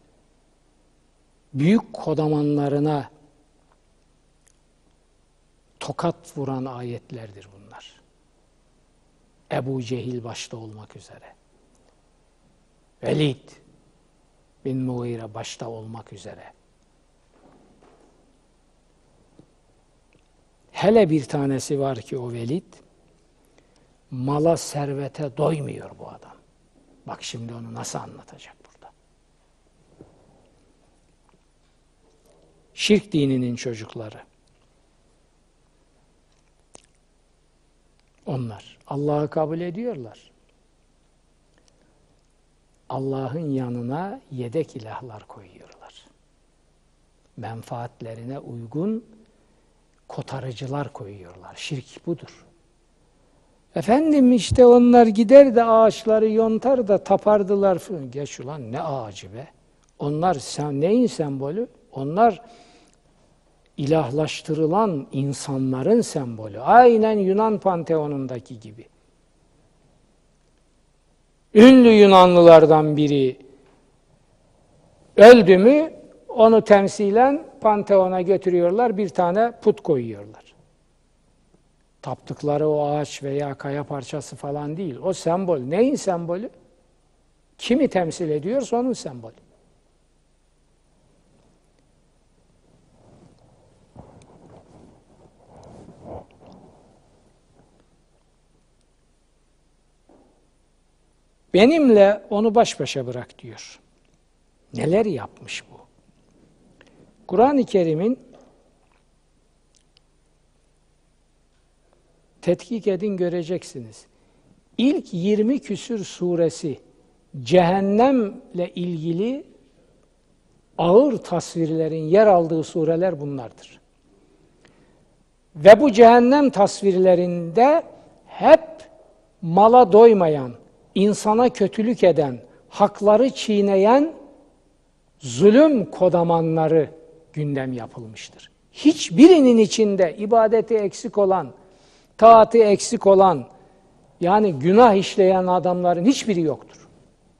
büyük kodamanlarına tokat vuran ayetlerdir bunlar. Ebu Cehil başta olmak üzere. Velid bin Mughire başta olmak üzere. Hele bir tanesi var ki o Velid, mala servete doymuyor bu adam. Bak şimdi onu nasıl anlatacak burada. Şirk dininin çocukları. Onlar Allah'ı kabul ediyorlar. Allah'ın yanına yedek ilahlar koyuyorlar. Menfaatlerine uygun kotarıcılar koyuyorlar. Şirk budur. Efendim işte onlar gider de ağaçları yontar da tapardılar falan. Geç ulan ne ağacı be? Onlar sen, neyin sembolü? Onlar ilahlaştırılan insanların sembolü. Aynen Yunan Panteonundaki gibi. Ünlü Yunanlılardan biri öldü mü onu temsilen Panteon'a götürüyorlar, bir tane put koyuyorlar. Taptıkları o ağaç veya kaya parçası falan değil. O sembol. Neyin sembolü? Kimi temsil ediyorsa onun sembolü. Benimle onu baş başa bırak diyor. Neler yapmış bu? Kur'an-ı Kerim'in tetkik edin göreceksiniz. İlk yirmi küsür suresi cehennemle ilgili ağır tasvirlerin yer aldığı sureler bunlardır. Ve bu cehennem tasvirlerinde hep mala doymayan, insana kötülük eden, hakları çiğneyen zulüm kodamanları gündem yapılmıştır. Hiçbirinin içinde ibadeti eksik olan, taatı eksik olan, yani günah işleyen adamların hiçbiri yoktur.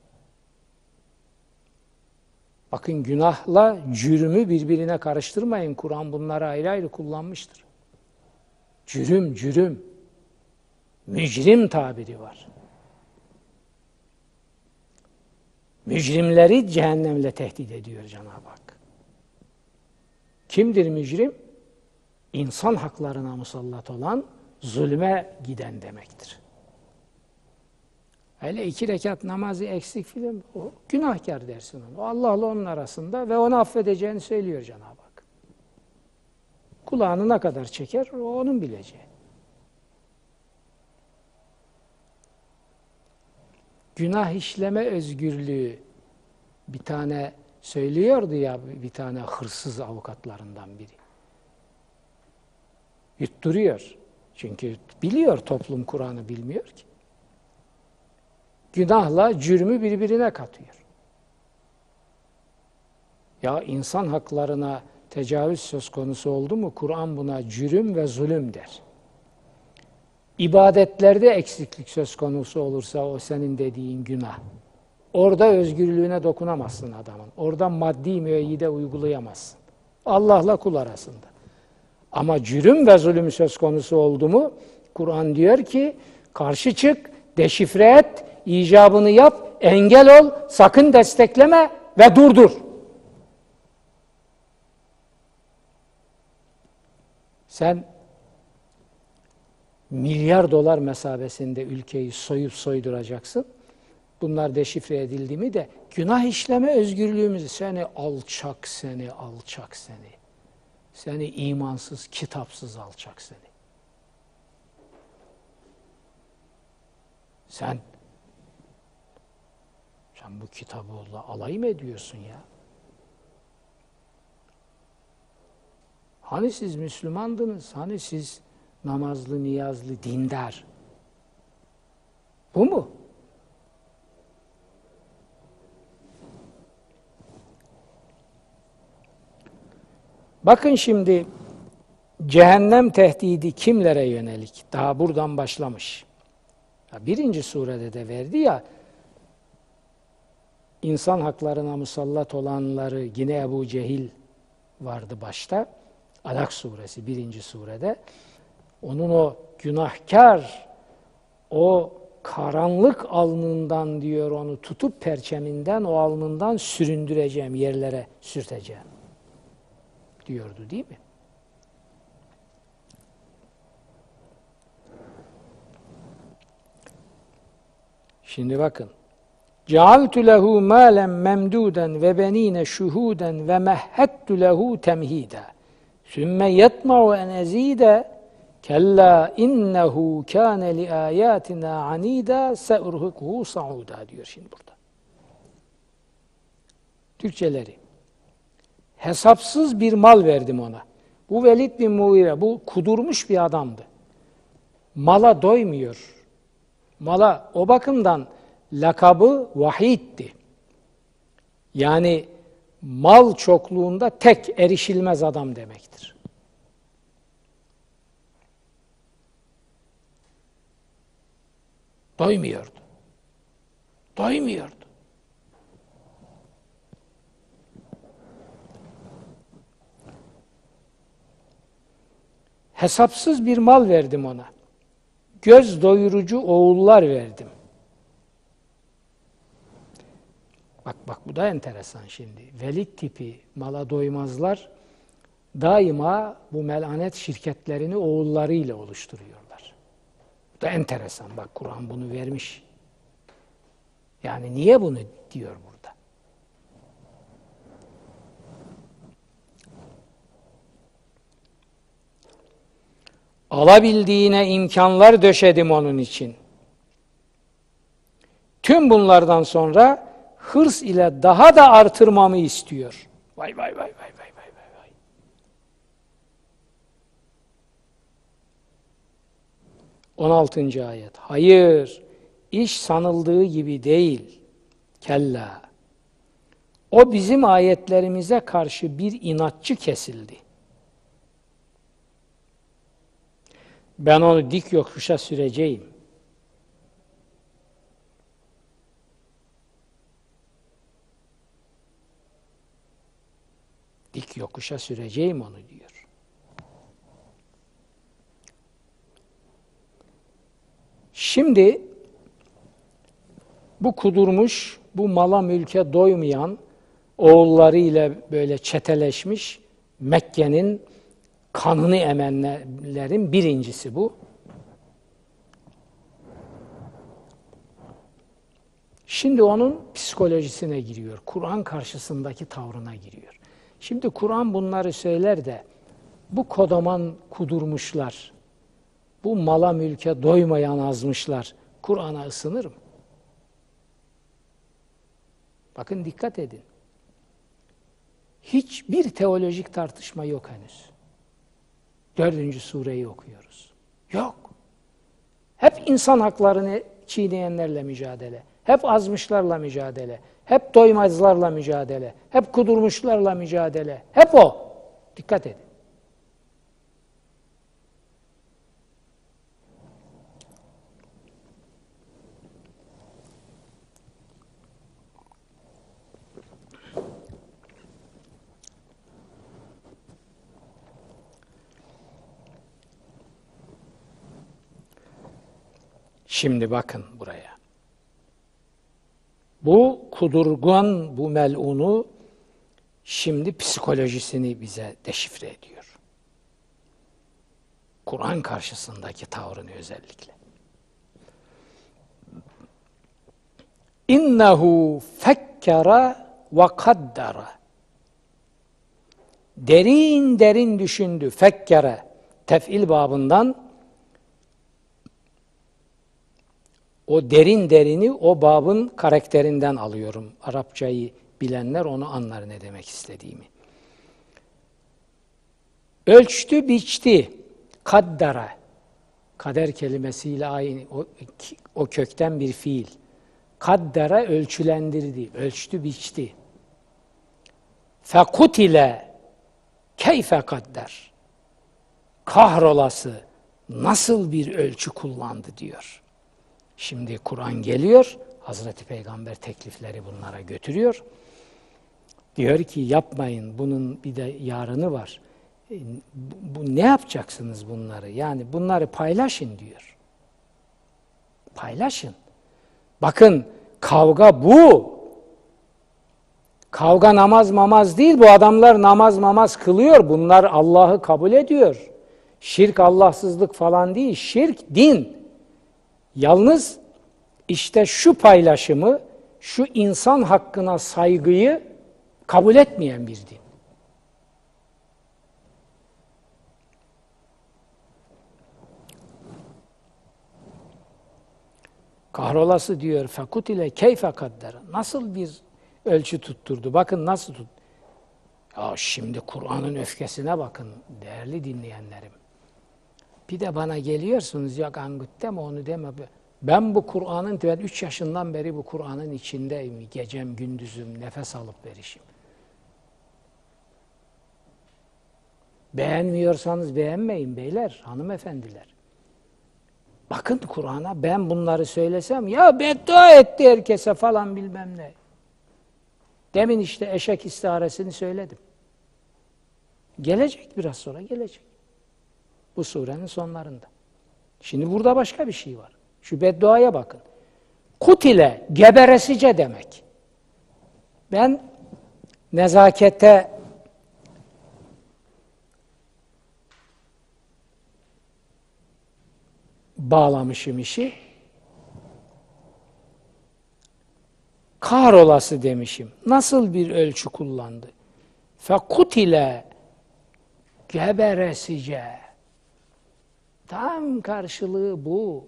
Bakın günahla cürmü birbirine karıştırmayın. Kur'an bunları ayrı ayrı kullanmıştır. Cürüm, cürüm. Mücrim tabiri var. Mücrimleri cehennemle tehdit ediyor Cenab-ı Hak. Kimdir mücrim? İnsan haklarına musallat olan, zulme giden demektir. Hele iki rekat namazı eksik filan, o günahkar dersin onu. O Allah'la onun arasında ve onu affedeceğini söylüyor Cenab-ı Hak. Kulağını ne kadar çeker, o onun bileceği. Günah işleme özgürlüğü bir tane söylüyordu ya, bir tane hırsız avukatlarından biri. Yutturuyor. Çünkü biliyor, toplum Kur'an'ı bilmiyor ki. Günahla cürmü birbirine katıyor. Ya insan haklarına tecavüz söz konusu oldu mu Kur'an buna cürüm ve zulüm der. İbadetlerde eksiklik söz konusu olursa o senin dediğin günah. Orada özgürlüğüne dokunamazsın adamın. Orada maddi müeyyide uygulayamazsın. Allah'la kul arasında. Ama cürüm ve zulüm söz konusu oldu mu Kur'an diyor ki karşı çık, deşifre et, icabını yap, engel ol, sakın destekleme ve durdur. Sen milyar dolar mesabesinde ülkeyi soyup soyduracaksın. Bunlar deşifre edildi mi de günah işleme özgürlüğümüzü, seni alçak seni, alçak seni. Seni imansız, kitapsız alçak seni. Sen sen bu kitabı alay mı ediyorsun ya? Hani siz Müslümandınız? Hani siz namazlı, niyazlı, dindar? Bu mu? Bakın şimdi cehennem tehdidi kimlere yönelik? Daha buradan başlamış. Birinci surede de verdi ya, insan haklarına musallat olanları yine Ebu Cehil vardı başta. Alak suresi birinci surede. Onun o günahkar, o karanlık alnından diyor onu tutup perçeminden, o alnından süründüreceğim, yerlere sürteceğim diyordu değil mi? Şimdi bakın. Cealtu lehu malen memduden ve benine şuhuden ve mehhettu lehu temhida. Sümme yetma'u en ezide kella innehu kâne li âyâtina anîdâ se'urhikuhu sa'ûdâ diyor şimdi burada. Türkçeleri. Hesapsız bir mal verdim ona. Bu Velid bin Mughire, bu kudurmuş bir adamdı. Mala doymuyor. Mala o bakımdan lakabı vahiddi. Yani mal çokluğunda tek erişilmez adam demektir. Doymuyordu. Doymuyordu. Hesapsız bir mal verdim ona. Göz doyurucu oğullar verdim. Bak bak bu da enteresan şimdi. Velid tipi mala doymazlar daima bu melanet şirketlerini oğullarıyla oluşturuyorlar. Bu da enteresan. Bak Kur'an bunu vermiş. Yani niye bunu diyor burada? Alabildiğine imkanlar döşedim onun için. Tüm bunlardan sonra hırs ile daha da artırmamı istiyor. Vay vay vay vay vay vay vay. on altıncı ayet. Hayır, iş sanıldığı gibi değil. Kella. O bizim ayetlerimize karşı bir inatçı kesildi. Ben onu dik yokuşa süreceğim. Dik yokuşa süreceğim onu diyor. Şimdi bu kudurmuş, bu mala mülke doymayan, oğullarıyla böyle çeteleşmiş Mekke'nin kanını emenlerin birincisi bu. Şimdi onun psikolojisine giriyor, Kur'an karşısındaki tavrına giriyor. Şimdi Kur'an bunları söyler de bu kodaman kudurmuşlar, bu mala mülke doymayan azmışlar Kur'an'a ısınır mı? Bakın dikkat edin. Hiçbir teolojik tartışma yok henüz. Dördüncü sureyi okuyoruz. Yok. Hep insan haklarını çiğneyenlerle mücadele. Hep azmışlarla mücadele. Hep doymazlarla mücadele. Hep kudurmuşlarla mücadele. Hep o. Dikkat edin. Şimdi bakın buraya. Bu kudurgan, bu melunu şimdi psikolojisini bize deşifre ediyor. Kur'an karşısındaki tavrını özellikle. İnnehu fekkera ve kaddara. Derin derin düşündü. Fekkere, tef'il babından. O derin derini o babın karakterinden alıyorum. Arapçayı bilenler onu anlar ne demek istediğimi. Ölçtü, biçti. Kaddara. Kader kelimesiyle aynı. O, o kökten bir fiil. Kaddara ölçülendirdi. Ölçtü, biçti. Fekutile keyfe kadder. Kahrolası nasıl bir ölçü kullandı diyor. Şimdi Kur'an geliyor, Hazreti Peygamber teklifleri bunlara götürüyor. Diyor ki yapmayın, bunun bir de yarını var. E, bu, bu ne yapacaksınız bunları? Yani bunları paylaşın diyor. Paylaşın. Bakın kavga bu. Kavga namaz mamaz değil, bu adamlar namaz mamaz kılıyor. Bunlar Allah'ı kabul ediyor. Şirk Allahsızlık falan değil, şirk din. Yalnız işte şu paylaşımı, şu insan hakkına saygıyı kabul etmeyen bir din. Kahrolası diyor, fekut ile keyfe kadder. Nasıl bir ölçü tutturdu? Bakın nasıl tut. Ya şimdi Kur'an'ın öfkesine bakın değerli dinleyenlerim. Bir de bana geliyorsunuz ya Angut deme onu deme. Ben bu Kur'an'ın, ben üç yaşından beri bu Kur'an'ın içindeyim. Gecem, gündüzüm, nefes alıp verişim. Beğenmiyorsanız beğenmeyin beyler, hanımefendiler. Bakın Kur'an'a ben bunları söylesem, ya beddua etti herkese falan bilmem ne. Demin işte eşek istiharesini söyledim. Gelecek biraz sonra gelecek. Bu surenin sonlarında. Şimdi burada başka bir şey var. Şu bedduaya bakın. Kutile, geberesice demek. Ben nezakete bağlamışım işi. Kahrolası demişim. Nasıl bir ölçü kullandı? Fekutile geberesice. Tam karşılığı bu.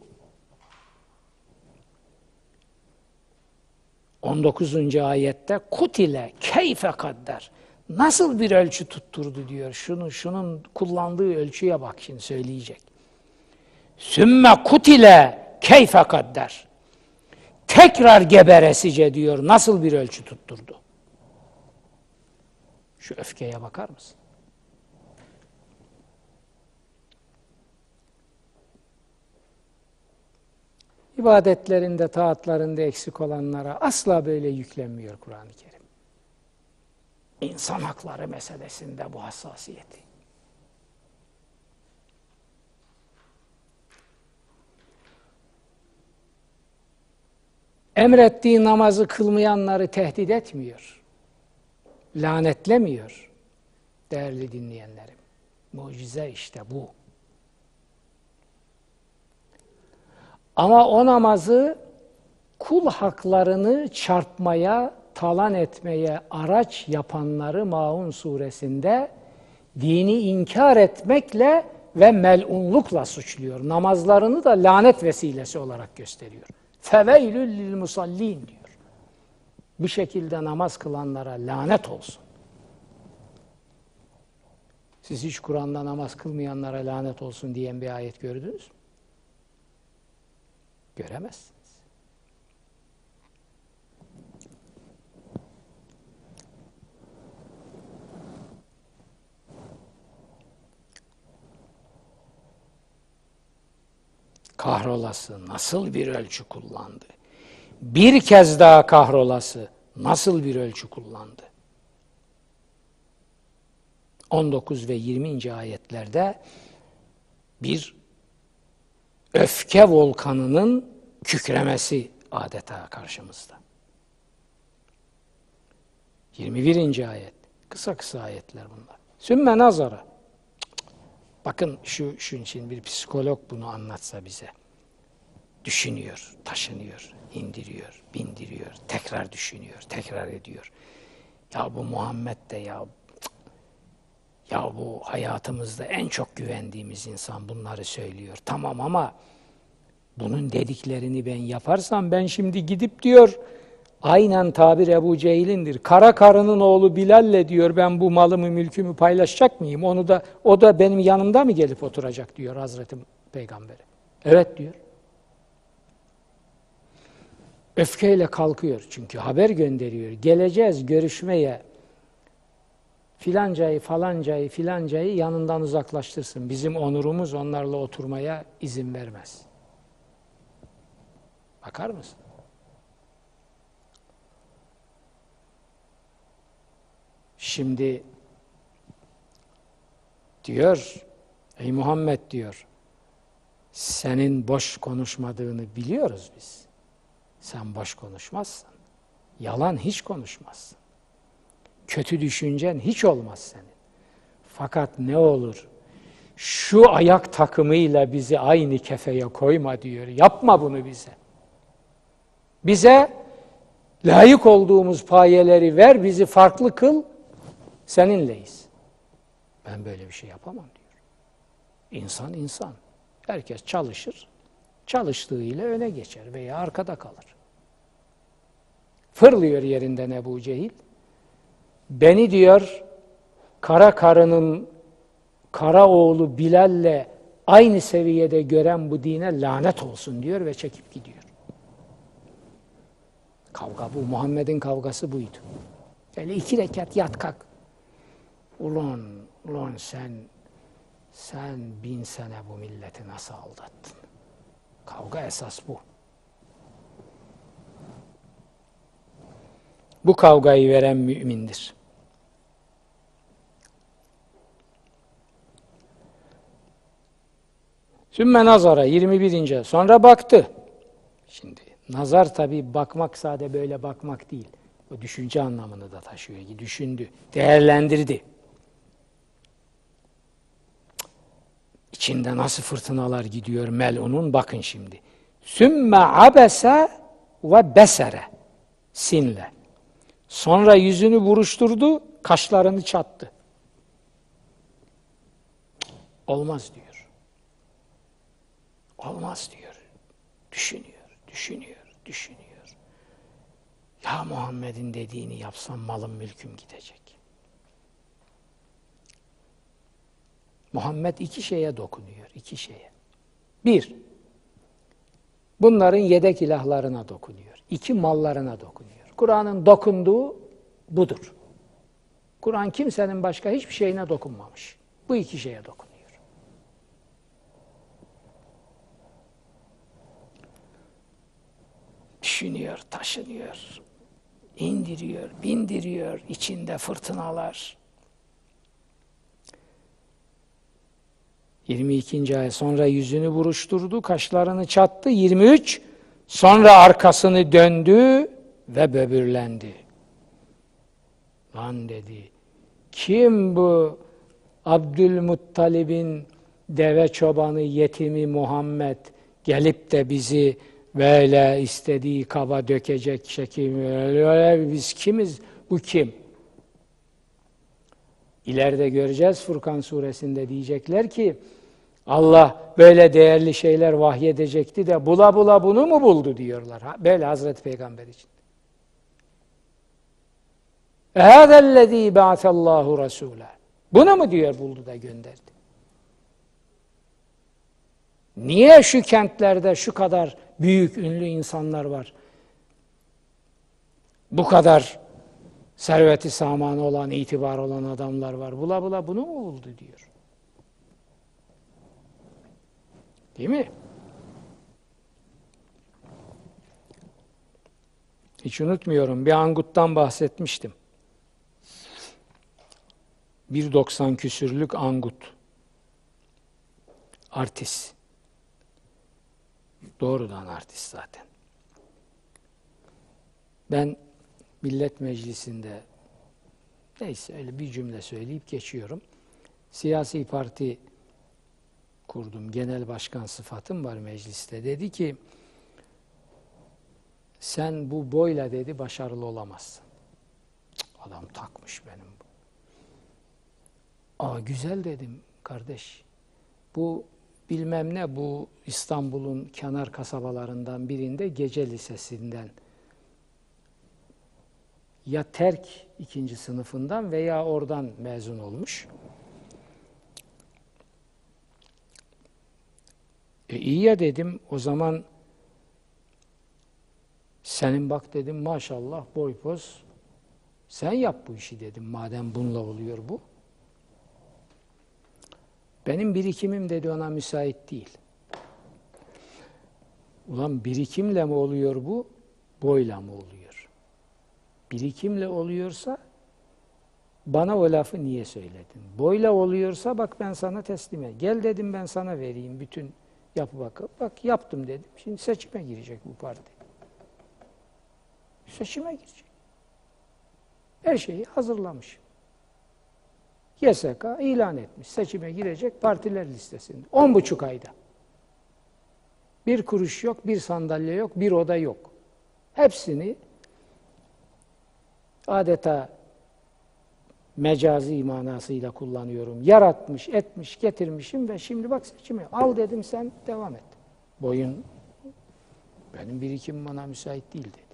on dokuzuncu ayette kutile keyfe kadder. Nasıl bir ölçü tutturdu diyor. Şunu, şunun kullandığı ölçüye bak şimdi söyleyecek. Sümme kutile keyfe kadder. Tekrar geberesice diyor. Nasıl bir ölçü tutturdu? Şu öfkeye bakar mısın? İbadetlerinde, taatlarında eksik olanlara asla böyle yüklenmiyor Kur'an-ı Kerim. İnsan hakları meselesinde bu hassasiyeti. Emrettiği namazı kılmayanları tehdit etmiyor. Lanetlemiyor. Değerli dinleyenlerim. Mucize işte bu. Ama o namazı kul haklarını çarpmaya, talan etmeye araç yapanları Maun suresinde dini inkar etmekle ve melunlukla suçluyor. Namazlarını da lanet vesilesi olarak gösteriyor. Feveylül lil musallin diyor. Bu şekilde namaz kılanlara lanet olsun. Siz hiç Kur'an'da namaz kılmayanlara lanet olsun diyen bir ayet gördünüz mü? Göremezsiniz. Kahrolası nasıl bir ölçü kullandı? Bir kez daha kahrolası nasıl bir ölçü kullandı? on dokuz ve yirminci ayetlerde bir öfke volkanının kükremesi adeta karşımızda. yirmi birinci ayet. Kısa kısa ayetler bunlar. Sümme nazara. Bakın şu şunun için bir psikolog bunu anlatsa bize. Düşünüyor, taşınıyor, indiriyor, bindiriyor, tekrar düşünüyor, tekrar ediyor. Ya bu Muhammed de ya ya bu hayatımızda en çok güvendiğimiz insan bunları söylüyor. Tamam ama bunun dediklerini ben yaparsam ben şimdi gidip diyor aynen tabir Ebu Cehil'indir. Kara karının oğlu Bilal'le diyor ben bu malımı mülkümü paylaşacak mıyım? Onu da o da benim yanımda mı gelip oturacak diyor Hazreti Peygamber'e. Evet diyor. Öfkeyle kalkıyor çünkü haber gönderiyor. Geleceğiz görüşmeye. Filancayı falancayı filancayı yanından uzaklaştırsın. Bizim onurumuz onlarla oturmaya izin vermez. Bakar mısın? Şimdi diyor, ey Muhammed diyor, senin boş konuşmadığını biliyoruz biz. Sen boş konuşmazsın. Yalan hiç konuşmazsın. Kötü düşüncen hiç olmaz senin. Fakat ne olur, şu ayak takımıyla bizi aynı kefeye koyma diyor. Yapma bunu bize. Bize layık olduğumuz payeleri ver, bizi farklı kıl, seninleyiz. Ben böyle bir şey yapamam diyor. İnsan insan. Herkes çalışır, çalıştığıyla öne geçer veya arkada kalır. Fırlıyor yerinden Ebu Cehil. Beni diyor, kara karının kara oğlu Bilal'le aynı seviyede gören bu dine lanet olsun diyor ve çekip gidiyor. Kavga bu. Muhammed'in kavgası buydu. Öyle iki rekat yat kalk. Ulan, ulan sen, sen bin sene bu milleti nasıl aldattın? Kavga esas bu. Bu kavgayı veren mümindir. Sümme nazara yirmi birinci Sonra baktı. Şimdi nazar tabi bakmak sade böyle bakmak değil. O düşünce anlamını da taşıyor. Düşündü, değerlendirdi. İçinde nasıl fırtınalar gidiyor melunun bakın şimdi. Sümme abese ve besere sinle. Sonra yüzünü buruşturdu, kaşlarını çattı. Olmaz diyor. Olmaz diyor. Düşünüyor, düşünüyor, düşünüyor. Ya Muhammed'in dediğini yapsam malım mülküm gidecek. Muhammed iki şeye dokunuyor, iki şeye. Bir, bunların yedek ilahlarına dokunuyor. İki, mallarına dokunuyor. Kur'an'ın dokunduğu budur. Kur'an kimsenin başka hiçbir şeyine dokunmamış. Bu iki şeye dokunuyor. Düşünüyor, taşınıyor, indiriyor, bindiriyor, içinde fırtınalar. yirmi ikinci ayet sonra yüzünü buruşturdu, kaşlarını çattı. yirmi üç Sonra arkasını döndü ve böbürlendi. Lan dedi, kim bu Abdülmuttalib'in deve çobanı yetimi Muhammed gelip de bizi böyle istediği kaba dökecek şekilde, biz kimiz, bu kim? İleride göreceğiz Furkan suresinde, diyecekler ki Allah böyle değerli şeyler vahyedecekti de bula bula bunu mu buldu diyorlar. Böyle Hazreti Peygamber için. اَهَذَا الَّذ۪ي بَعْثَ اللّٰهُ رَسُولًا. Bunu mu diyor buldu da gönderdi? Niye şu kentlerde şu kadar büyük ünlü insanlar var? Bu kadar serveti samanı olan, itibar olan adamlar var. Bula bula bunu mu buldu diyor. Değil mi? Hiç unutmuyorum. Bir anguttan bahsetmiştim. bir doksan küsürlük angut. Artist. Doğrudan artist zaten. Ben Millet Meclisi'nde neyse öyle bir cümle söyleyip geçiyorum. Siyasi parti kurdum. Genel başkan sıfatım var mecliste. Dedi ki sen bu boyla dedi başarılı olamazsın. Cık, adam takmış benim bu. Aa güzel dedim kardeş. Bu bilmem ne, bu İstanbul'un kenar kasabalarından birinde gece lisesinden ya terk ikinci sınıfından veya oradan mezun olmuş. E iyi ya dedim, o zaman senin bak dedim maşallah boy poz, sen yap bu işi dedim madem bununla oluyor bu. Benim birikimim dedi ona müsait değil. Ulan birikimle mi oluyor bu, boyla mı oluyor? Birikimle oluyorsa bana o lafı niye söyledin? Boyla oluyorsa bak ben sana teslim et. Gel dedim ben sana vereyim bütün yapı bakıp. Bak yaptım dedim. Şimdi seçime girecek bu parti. Seçime girecek. Her şeyi hazırlamış. Y S K ilan etmiş. Seçime girecek partiler listesinde. On buçuk ayda. Bir kuruş yok, bir sandalye yok, bir oda yok. Hepsini adeta mecazi manasıyla kullanıyorum. Yaratmış, etmiş, getirmişim ve şimdi bak seçime. Al dedim sen devam et. Boyun benim birikimim bana müsait değil dedi.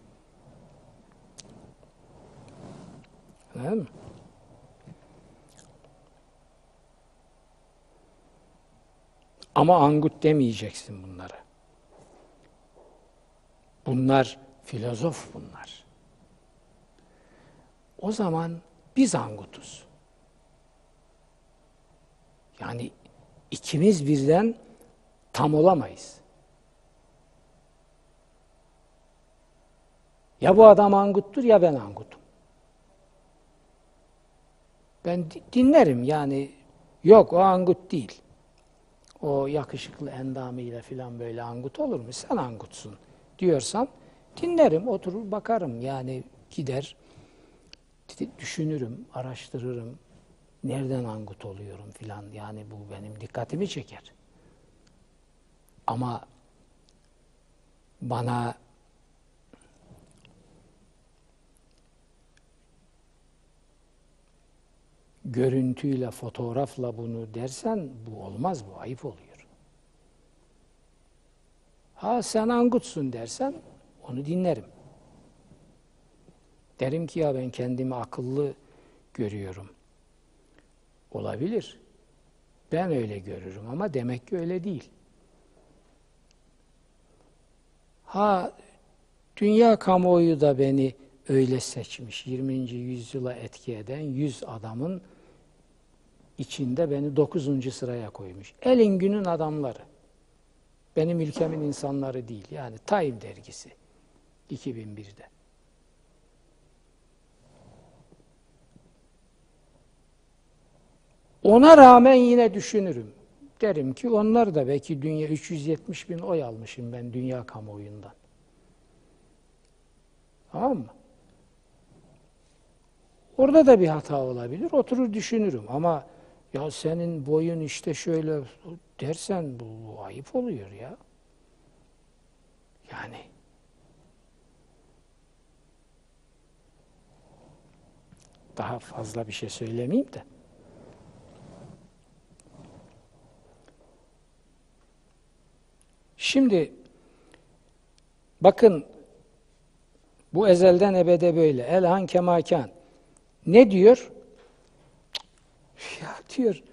Anladın mı? Ama angut demeyeceksin bunlara. Bunlar filozof bunlar. O zaman biz angutuz. Yani ikimiz birden tam olamayız. Ya bu adam anguttur ya ben angutum. Ben dinlerim yani, yok o angut değil. O yakışıklı endamıyla filan böyle angut olur mu? Sen angutsun diyorsan dinlerim, oturur bakarım yani, gider düşünürüm, araştırırım. Nereden angut oluyorum filan, yani bu benim dikkatimi çeker. Ama bana görüntüyle, fotoğrafla bunu dersen bu olmaz, bu ayıp oluyor. Ha sen angutsun dersen onu dinlerim. Derim ki ya ben kendimi akıllı görüyorum. Olabilir. Ben öyle görürüm ama demek ki öyle değil. Ha dünya kamuoyu da beni öyle seçmiş. yirminci yüzyıla etki eden yüz adamın içinde beni dokuzuncu sıraya koymuş. Elin günün adamları. Benim ülkemin insanları değil. Yani Time dergisi. iki bin birde. Ona rağmen yine düşünürüm. Derim ki onlar da belki dünya üç yüz yetmiş bin oy almışım ben dünya kamuoyundan. Tamam mı? Orada da bir hata olabilir. Oturur düşünürüm ama ya senin boyun işte şöyle dersen bu, bu ayıp oluyor ya. Yani daha fazla bir şey söylemeyeyim de. Şimdi bakın bu ezelden ebede böyle. Elhan kemakan. Ne diyor? Ya diyor.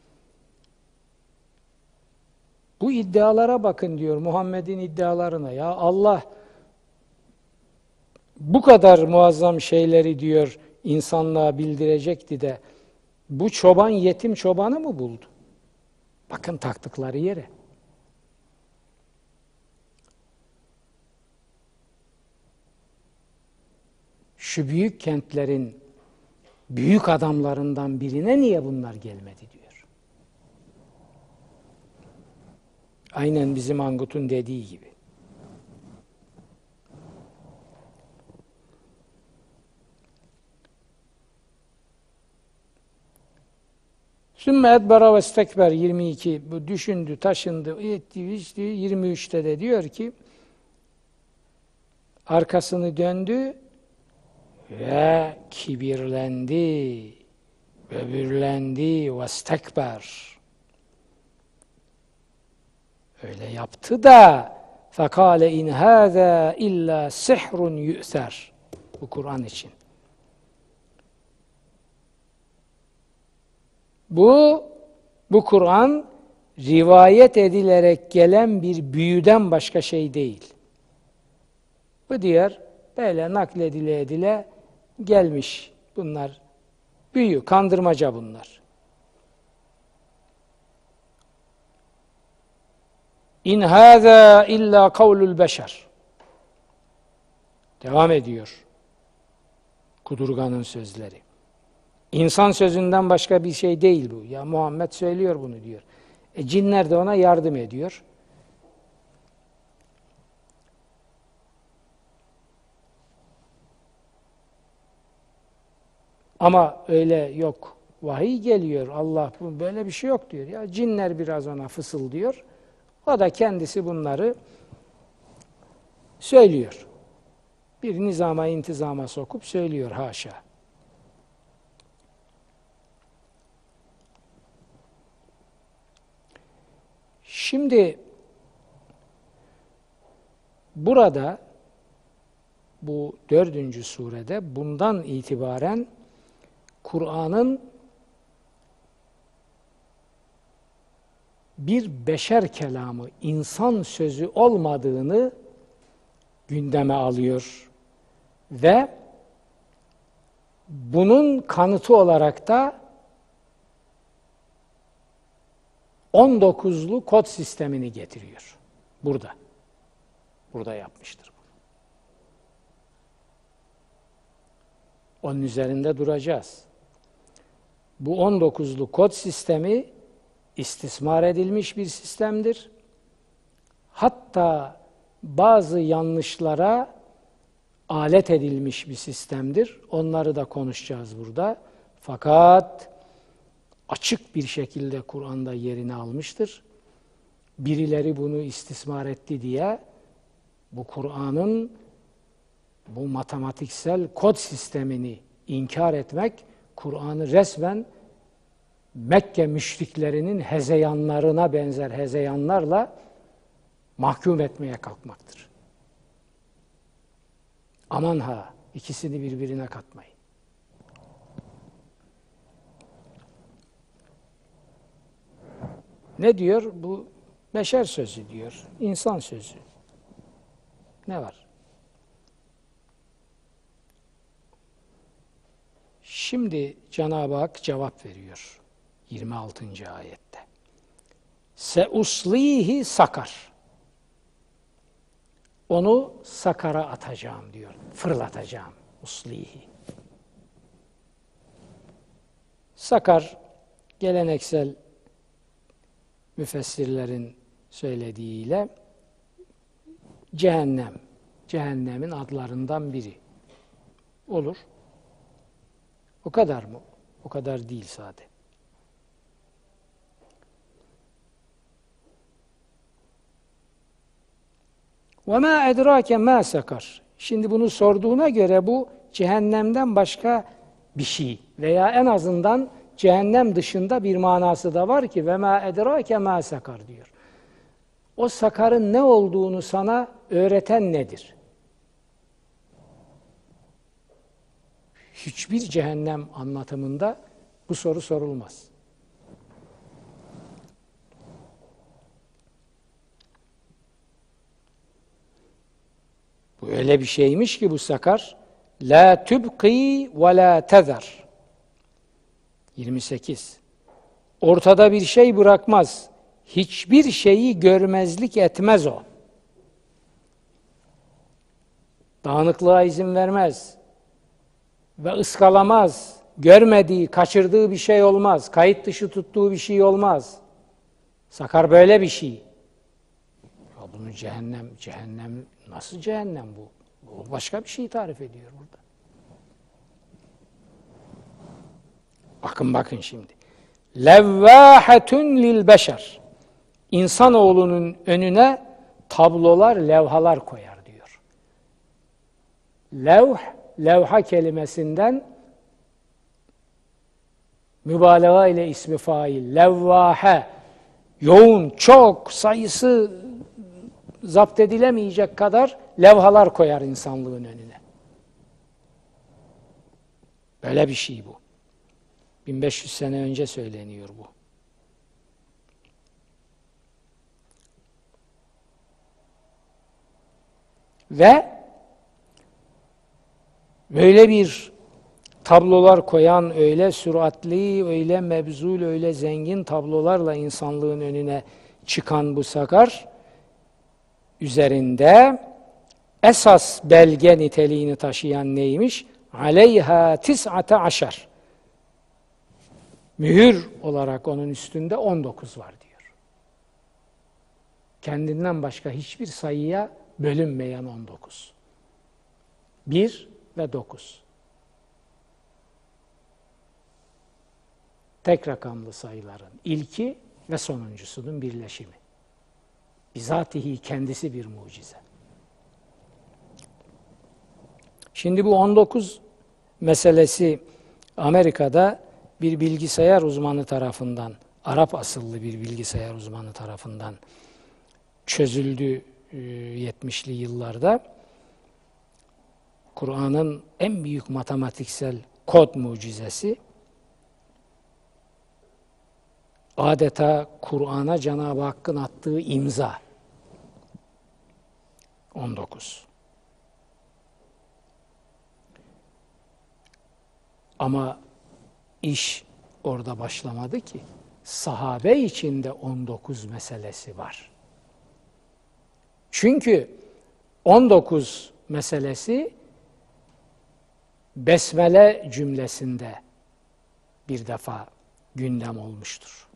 Bu iddialara bakın diyor. Muhammed'in iddialarına. Ya Allah bu kadar muazzam şeyleri diyor insanlığa bildirecekti de bu çoban yetim çobanı mı buldu? Bakın taktıkları yere. Şu büyük kentlerin büyük adamlarından birine niye bunlar gelmedi diyor. Aynen bizim Angut'un dediği gibi. Sümme edbera ve istekber yirmi iki bu düşündü, taşındı, etti, içti. yirmi üçte de diyor ki arkasını döndü ve kibirlendi, böbürlendi ve istekber. Öyle yaptı da fekale in hâzâ illa sihrun yu'ser. Bu Kur'an için. Bu, bu Kur'an rivayet edilerek gelen bir büyüden başka şey değil. Bu diğer böyle nakledile edile gelmiş. Bunlar büyü, kandırmaca bunlar. İn hâzâ illa kavlul beşer. Devam ediyor Kudurgan'ın sözleri. İnsan sözünden başka bir şey değil bu. Ya Muhammed söylüyor bunu diyor. E cinler de ona yardım ediyor. Ama öyle yok. Vahiy geliyor. Allah bu böyle bir şey yok diyor. Ya cinler biraz ona fısıldıyor. O da kendisi bunları söylüyor. Bir nizama, intizama sokup söylüyor haşa. Şimdi burada bu dördüncü surede bundan itibaren Kur'an'ın bir beşer kelamı, insan sözü olmadığını gündeme alıyor ve bunun kanıtı olarak da on dokuzlu kod sistemini getiriyor. Burada. Burada yapmıştır bunu. Onun üzerinde duracağız. Bu on dokuzlu kod sistemi istismar edilmiş bir sistemdir. Hatta bazı yanlışlara alet edilmiş bir sistemdir. Onları da konuşacağız burada. Fakat açık bir şekilde Kur'an'da yerini almıştır. Birileri bunu istismar etti diye bu Kur'an'ın bu matematiksel kod sistemini inkar etmek, Kur'an'ı resmen Mekke müşriklerinin hezeyanlarına benzer hezeyanlarla mahkum etmeye kalkmaktır. Aman ha, ikisini birbirine katmayın. Ne diyor? Bu beşer sözü diyor, insan sözü. Ne var? Şimdi Cenab-ı Hak cevap veriyor yirmi altıncı ayette. Seuslihi sakar. Onu sakara atacağım diyor. Fırlatacağım. Uslihi. Sakar geleneksel müfessirlerin söylediğiyle cehennem, cehennemin adlarından biri. Olur. O kadar mı? O kadar değil sade. وَمَا اَدْرَاكَ مَا سَكَرْ. Şimdi bunu sorduğuna göre bu cehennemden başka bir şey veya en azından cehennem dışında bir manası da var ki وَمَا اَدْرَاكَ مَا سَكَرْ diyor. O sakarın ne olduğunu sana öğreten nedir? Hiçbir cehennem anlatımında bu soru sorulmaz. Bu öyle bir şeymiş ki bu sakar la tübqi ve la tezer. yirmi sekiz. Ortada bir şey bırakmaz. Hiçbir şeyi görmezlik etmez o. Dağınıklığa izin vermez. Ve ıskalamaz. Görmediği, kaçırdığı bir şey olmaz. Kayıt dışı tuttuğu bir şey olmaz. Sakar böyle bir şey. Ya bunu cehennem, cehennem nasıl cehennem bu? Bu başka bir şey tarif ediyor burada. Bakın bakın şimdi. Levvâhetun lil beşer. İnsanoğlunun önüne tablolar, levhalar koyar diyor. Levh, levha kelimesinden mübalağa ile ismi fail. Levvâhe, yoğun, çok, sayısı zapt edilemeyecek kadar levhalar koyar insanlığın önüne. Böyle bir şey bu. bin beş yüz sene önce söyleniyor bu. Ve böyle bir tablolar koyan, öyle süratli, öyle mebzul, öyle zengin tablolarla insanlığın önüne çıkan bu sakar, üzerinde esas belge niteliğini taşıyan neymiş? Aleyha tis'ate aşer. Mühür olarak onun üstünde on dokuz var diyor. Kendinden başka hiçbir sayıya bölünmeyen on dokuz. bir ve dokuz. Tek rakamlı sayıların ilki ve sonuncusunun birleşimi. Bizatihi kendisi bir mucize. Şimdi bu on dokuz meselesi Amerika'da bir bilgisayar uzmanı tarafından, Arap asıllı bir bilgisayar uzmanı tarafından çözüldü yetmişli yıllarda. Kur'an'ın en büyük matematiksel kod mucizesi, adeta Kur'an'a Cenab-ı Hakk'ın attığı imza. on dokuz. Ama iş orada başlamadı ki. Sahabe içinde on dokuz meselesi var. Çünkü on dokuz meselesi Besmele cümlesinde bir defa gündem olmuştur.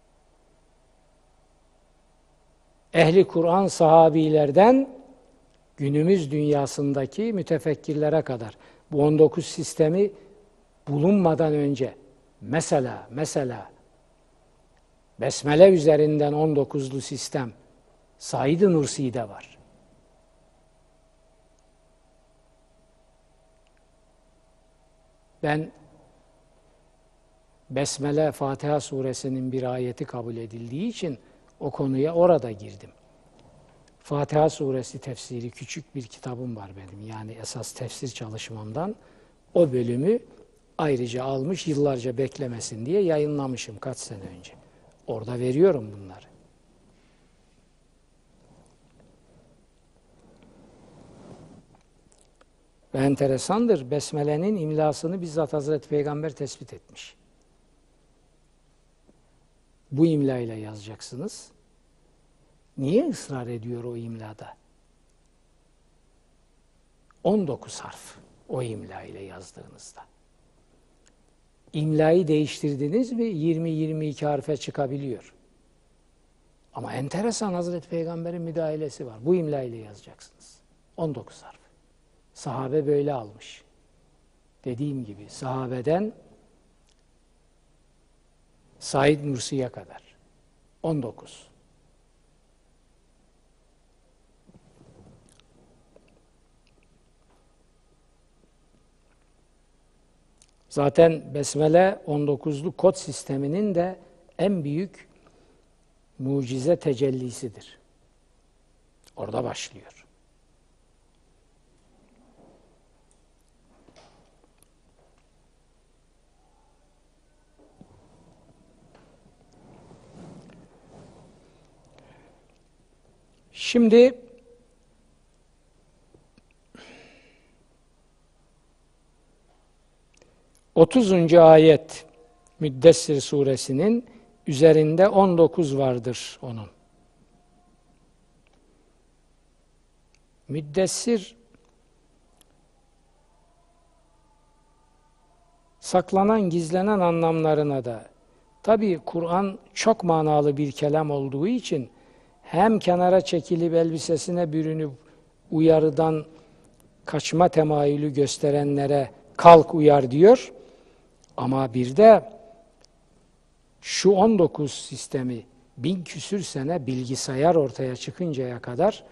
Ehli Kur'an sahabilerden günümüz dünyasındaki mütefekkirlere kadar bu on dokuz sistemi bulunmadan önce mesela mesela Besmele üzerinden on dokuzlu sistem Said-i Nursi'de var. Ben Besmele Fatiha suresinin bir ayeti kabul edildiği için o konuya orada girdim. Fatiha suresi tefsiri küçük bir kitabım var benim. Yani esas tefsir çalışmamdan o bölümü ayrıca almış, yıllarca beklemesin diye yayınlamışım kaç sene önce. Orada veriyorum bunları. Ve enteresandır, Besmele'nin imlasını bizzat Hazreti Peygamber tespit etmiş. Bu imla ile yazacaksınız. Niye ısrar ediyor o imlada? on dokuz harf o imla ile yazdığınızda. İmlayı değiştirdiniz mi yirmi yirmi iki harfe çıkabiliyor. Ama enteresan, Hazreti Peygamber'in müdahalesi var. Bu imla ile yazacaksınız. on dokuz harf. Sahabe böyle almış. Dediğim gibi sahabeden Said Nursi'ye kadar. on dokuz. Zaten Besmele on dokuzlu kod sisteminin de en büyük mucize tecellisidir. Orada başlıyor. Şimdi otuzuncu ayet Müddessir suresinin üzerinde on dokuz vardır onun. Müddessir saklanan, gizlenen anlamlarına da tabii Kur'an çok manalı bir kelam olduğu için hem kenara çekilip elbisesine bürünüp uyarıdan kaçma temayülü gösterenlere kalk uyar diyor. Ama bir de şu on dokuz sistemi bin küsür sene bilgisayar ortaya çıkıncaya kadar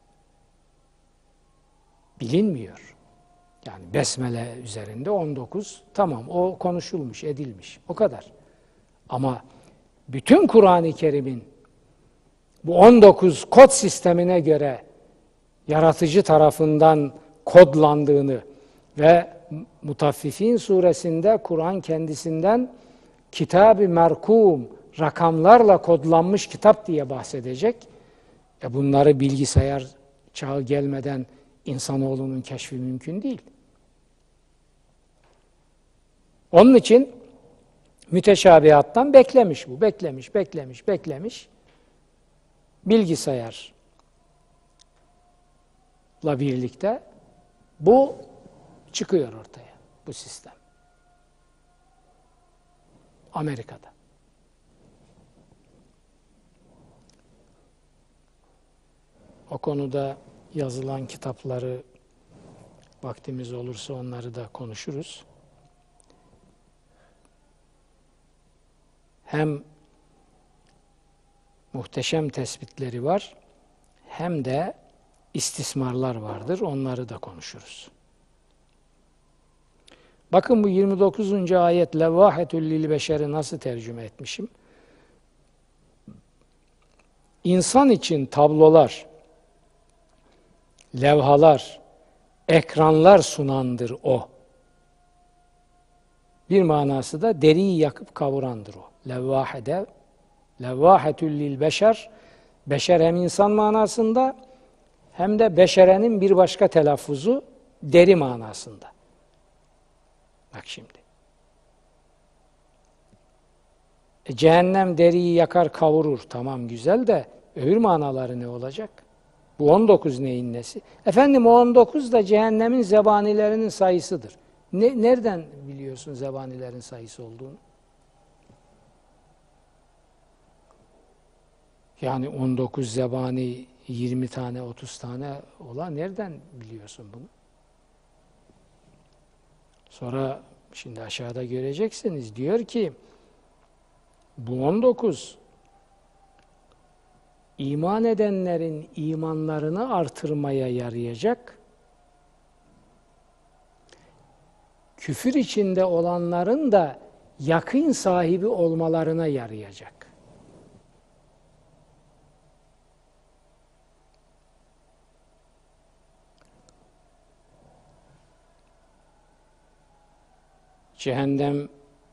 bilinmiyor. Yani Besmele üzerinde on dokuz, tamam, o konuşulmuş, edilmiş, o kadar. Ama bütün Kur'an-ı Kerim'in bu on dokuz kod sistemine göre yaratıcı tarafından kodlandığını ve Mutaffifin suresinde Kur'an kendisinden kitab-ı merkum, rakamlarla kodlanmış kitap diye bahsedecek. E bunları bilgisayar çağı gelmeden insanoğlunun keşfi mümkün değil. Onun için müteşabihattan beklemiş bu, beklemiş, beklemiş, beklemiş. Bilgisayarla birlikte bu çıkıyor ortaya, bu sistem. Amerika'da. O konuda yazılan kitapları vaktimiz olursa onları da konuşuruz. Hem muhteşem tespitleri var, hem de istismarlar vardır. Onları da konuşuruz. Bakın bu yirmi dokuzuncu ayet levvahetül lil beşeri nasıl tercüme etmişim? İnsan için tablolar, levhalar, ekranlar sunandır o. Bir manası da deriyi yakıp kavurandır o. Levvahede, levvahetül lil beşer, beşer hem insan manasında hem de beşerenin bir başka telaffuzu deri manasında. Bak şimdi. E, cehennem deriyi yakar kavurur. Tamam, güzel de öbür manaları ne olacak? Bu on dokuz neyin nesi? Efendim o on dokuz da cehennemin zebanilerinin sayısıdır. Ne, nereden biliyorsun zebanilerin sayısı olduğunu? Yani on dokuz zebani yirmi tane, otuz tane ola nereden biliyorsun bunu? Sonra şimdi aşağıda göreceksiniz. Diyor ki bu on dokuz iman edenlerin imanlarını artırmaya yarayacak. Küfür içinde olanların da yakın sahibi olmalarına yarayacak. Cehennem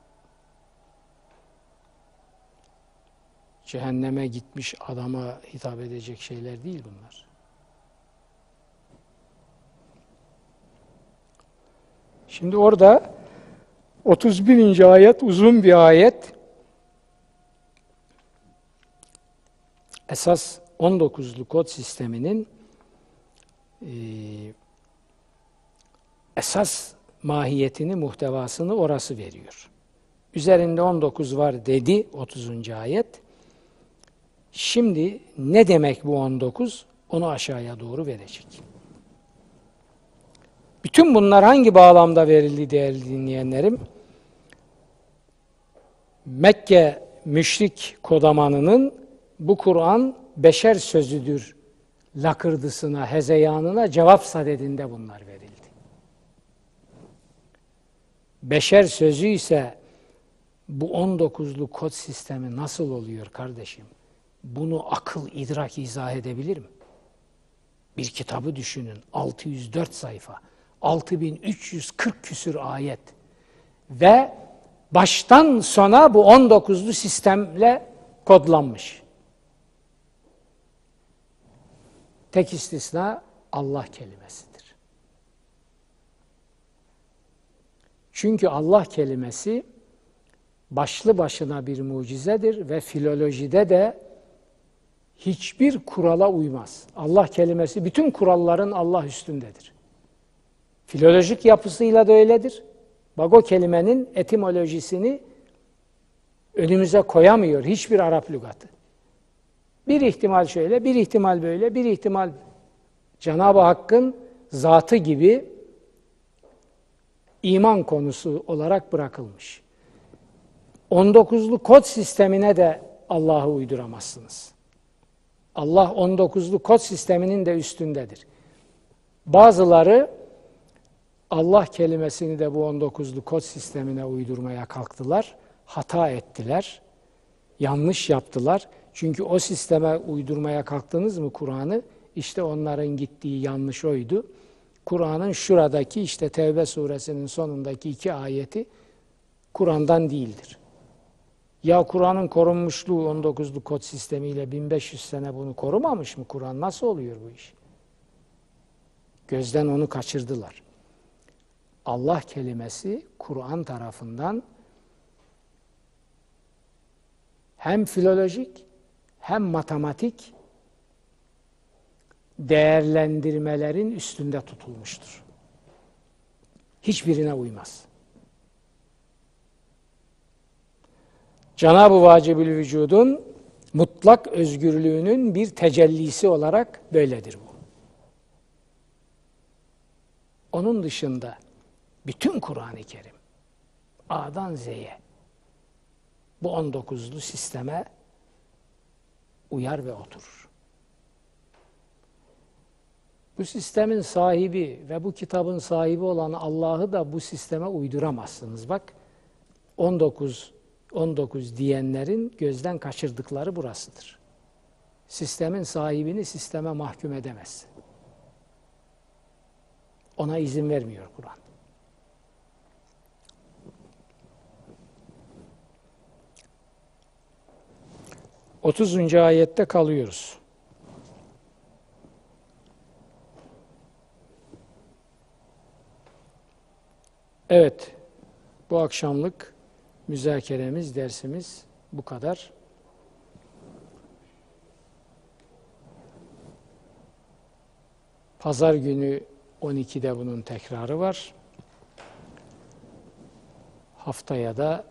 cehenneme gitmiş adama hitap edecek şeyler değil bunlar. Şimdi orada otuz birinci ayet uzun bir ayet. Esas on dokuzlu kod sisteminin e, esas mahiyetini, muhtevasını orası veriyor. Üzerinde on dokuz var dedi otuzuncu ayet. Şimdi ne demek bu on dokuz? Onu aşağıya doğru verecek. Bütün bunlar hangi bağlamda verildi değerli dinleyenlerim? Mekke müşrik kodamanının bu Kur'an beşer sözüdür lakırdısına, hezeyanına cevap sadedinde bunlar verildi. Beşer sözü ise bu on dokuzlu kod sistemi nasıl oluyor kardeşim? Bunu akıl, idrak izah edebilir mi? Bir kitabı düşünün, altı yüz dört sayfa, altı bin üç yüz kırk küsür ayet ve baştan sona bu on dokuzlu sistemle kodlanmış. Tek istisna Allah kelimesidir. Çünkü Allah kelimesi başlı başına bir mucizedir ve filolojide de hiçbir kurala uymaz. Allah kelimesi bütün kuralların Allah üstündedir. Filolojik yapısıyla da öyledir. Bak o kelimenin etimolojisini önümüze koyamıyor hiçbir Arap lügatı. Bir ihtimal şöyle, bir ihtimal böyle, bir ihtimal Cenab-ı Hakk'ın zatı gibi iman konusu olarak bırakılmış. on dokuzlu kod sistemine de Allah'ı uyduramazsınız. Allah on dokuzlu kod sisteminin de üstündedir. Bazıları Allah kelimesini de bu on dokuzlu kod sistemine uydurmaya kalktılar. Hata ettiler. Yanlış yaptılar. Çünkü o sisteme uydurmaya kalktınız mı Kur'an'ı? İşte onların gittiği yanlış oydu. Kur'an'ın şuradaki işte Tevbe suresinin sonundaki iki ayeti Kur'an'dan değildir. Ya Kur'an'ın korunmuşluğu on dokuzlu kod sistemiyle bin beş yüz sene bunu korumamış mı Kur'an? Nasıl oluyor bu iş? Gözden onu kaçırdılar. Allah kelimesi Kur'an tarafından hem filolojik hem matematik değerlendirmelerin üstünde tutulmuştur. Hiçbirine uymaz. Cenab-ı Vacibül Vücud'un mutlak özgürlüğünün bir tecellisi olarak böyledir bu. Onun dışında bütün Kur'an-ı Kerim A'dan Z'ye bu on dokuzlu sisteme uyar ve oturur. Bu sistemin sahibi ve bu kitabın sahibi olan Allah'ı da bu sisteme uyduramazsınız. Bak on dokuz on dokuz diyenlerin gözden kaçırdıkları burasıdır. Sistemin sahibini sisteme mahkum edemez. Ona izin vermiyor Kur'an. otuzuncu ayette kalıyoruz. Evet, bu akşamlık müzakeremiz, dersimiz bu kadar. Pazar günü on ikide bunun tekrarı var. Haftaya da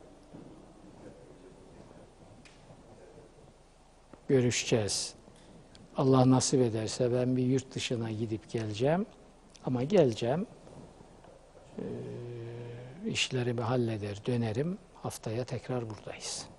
görüşeceğiz. Allah nasip ederse ben bir yurt dışına gidip geleceğim. Ama geleceğim. Ee, işlerimi halleder, dönerim. Haftaya tekrar buradayız.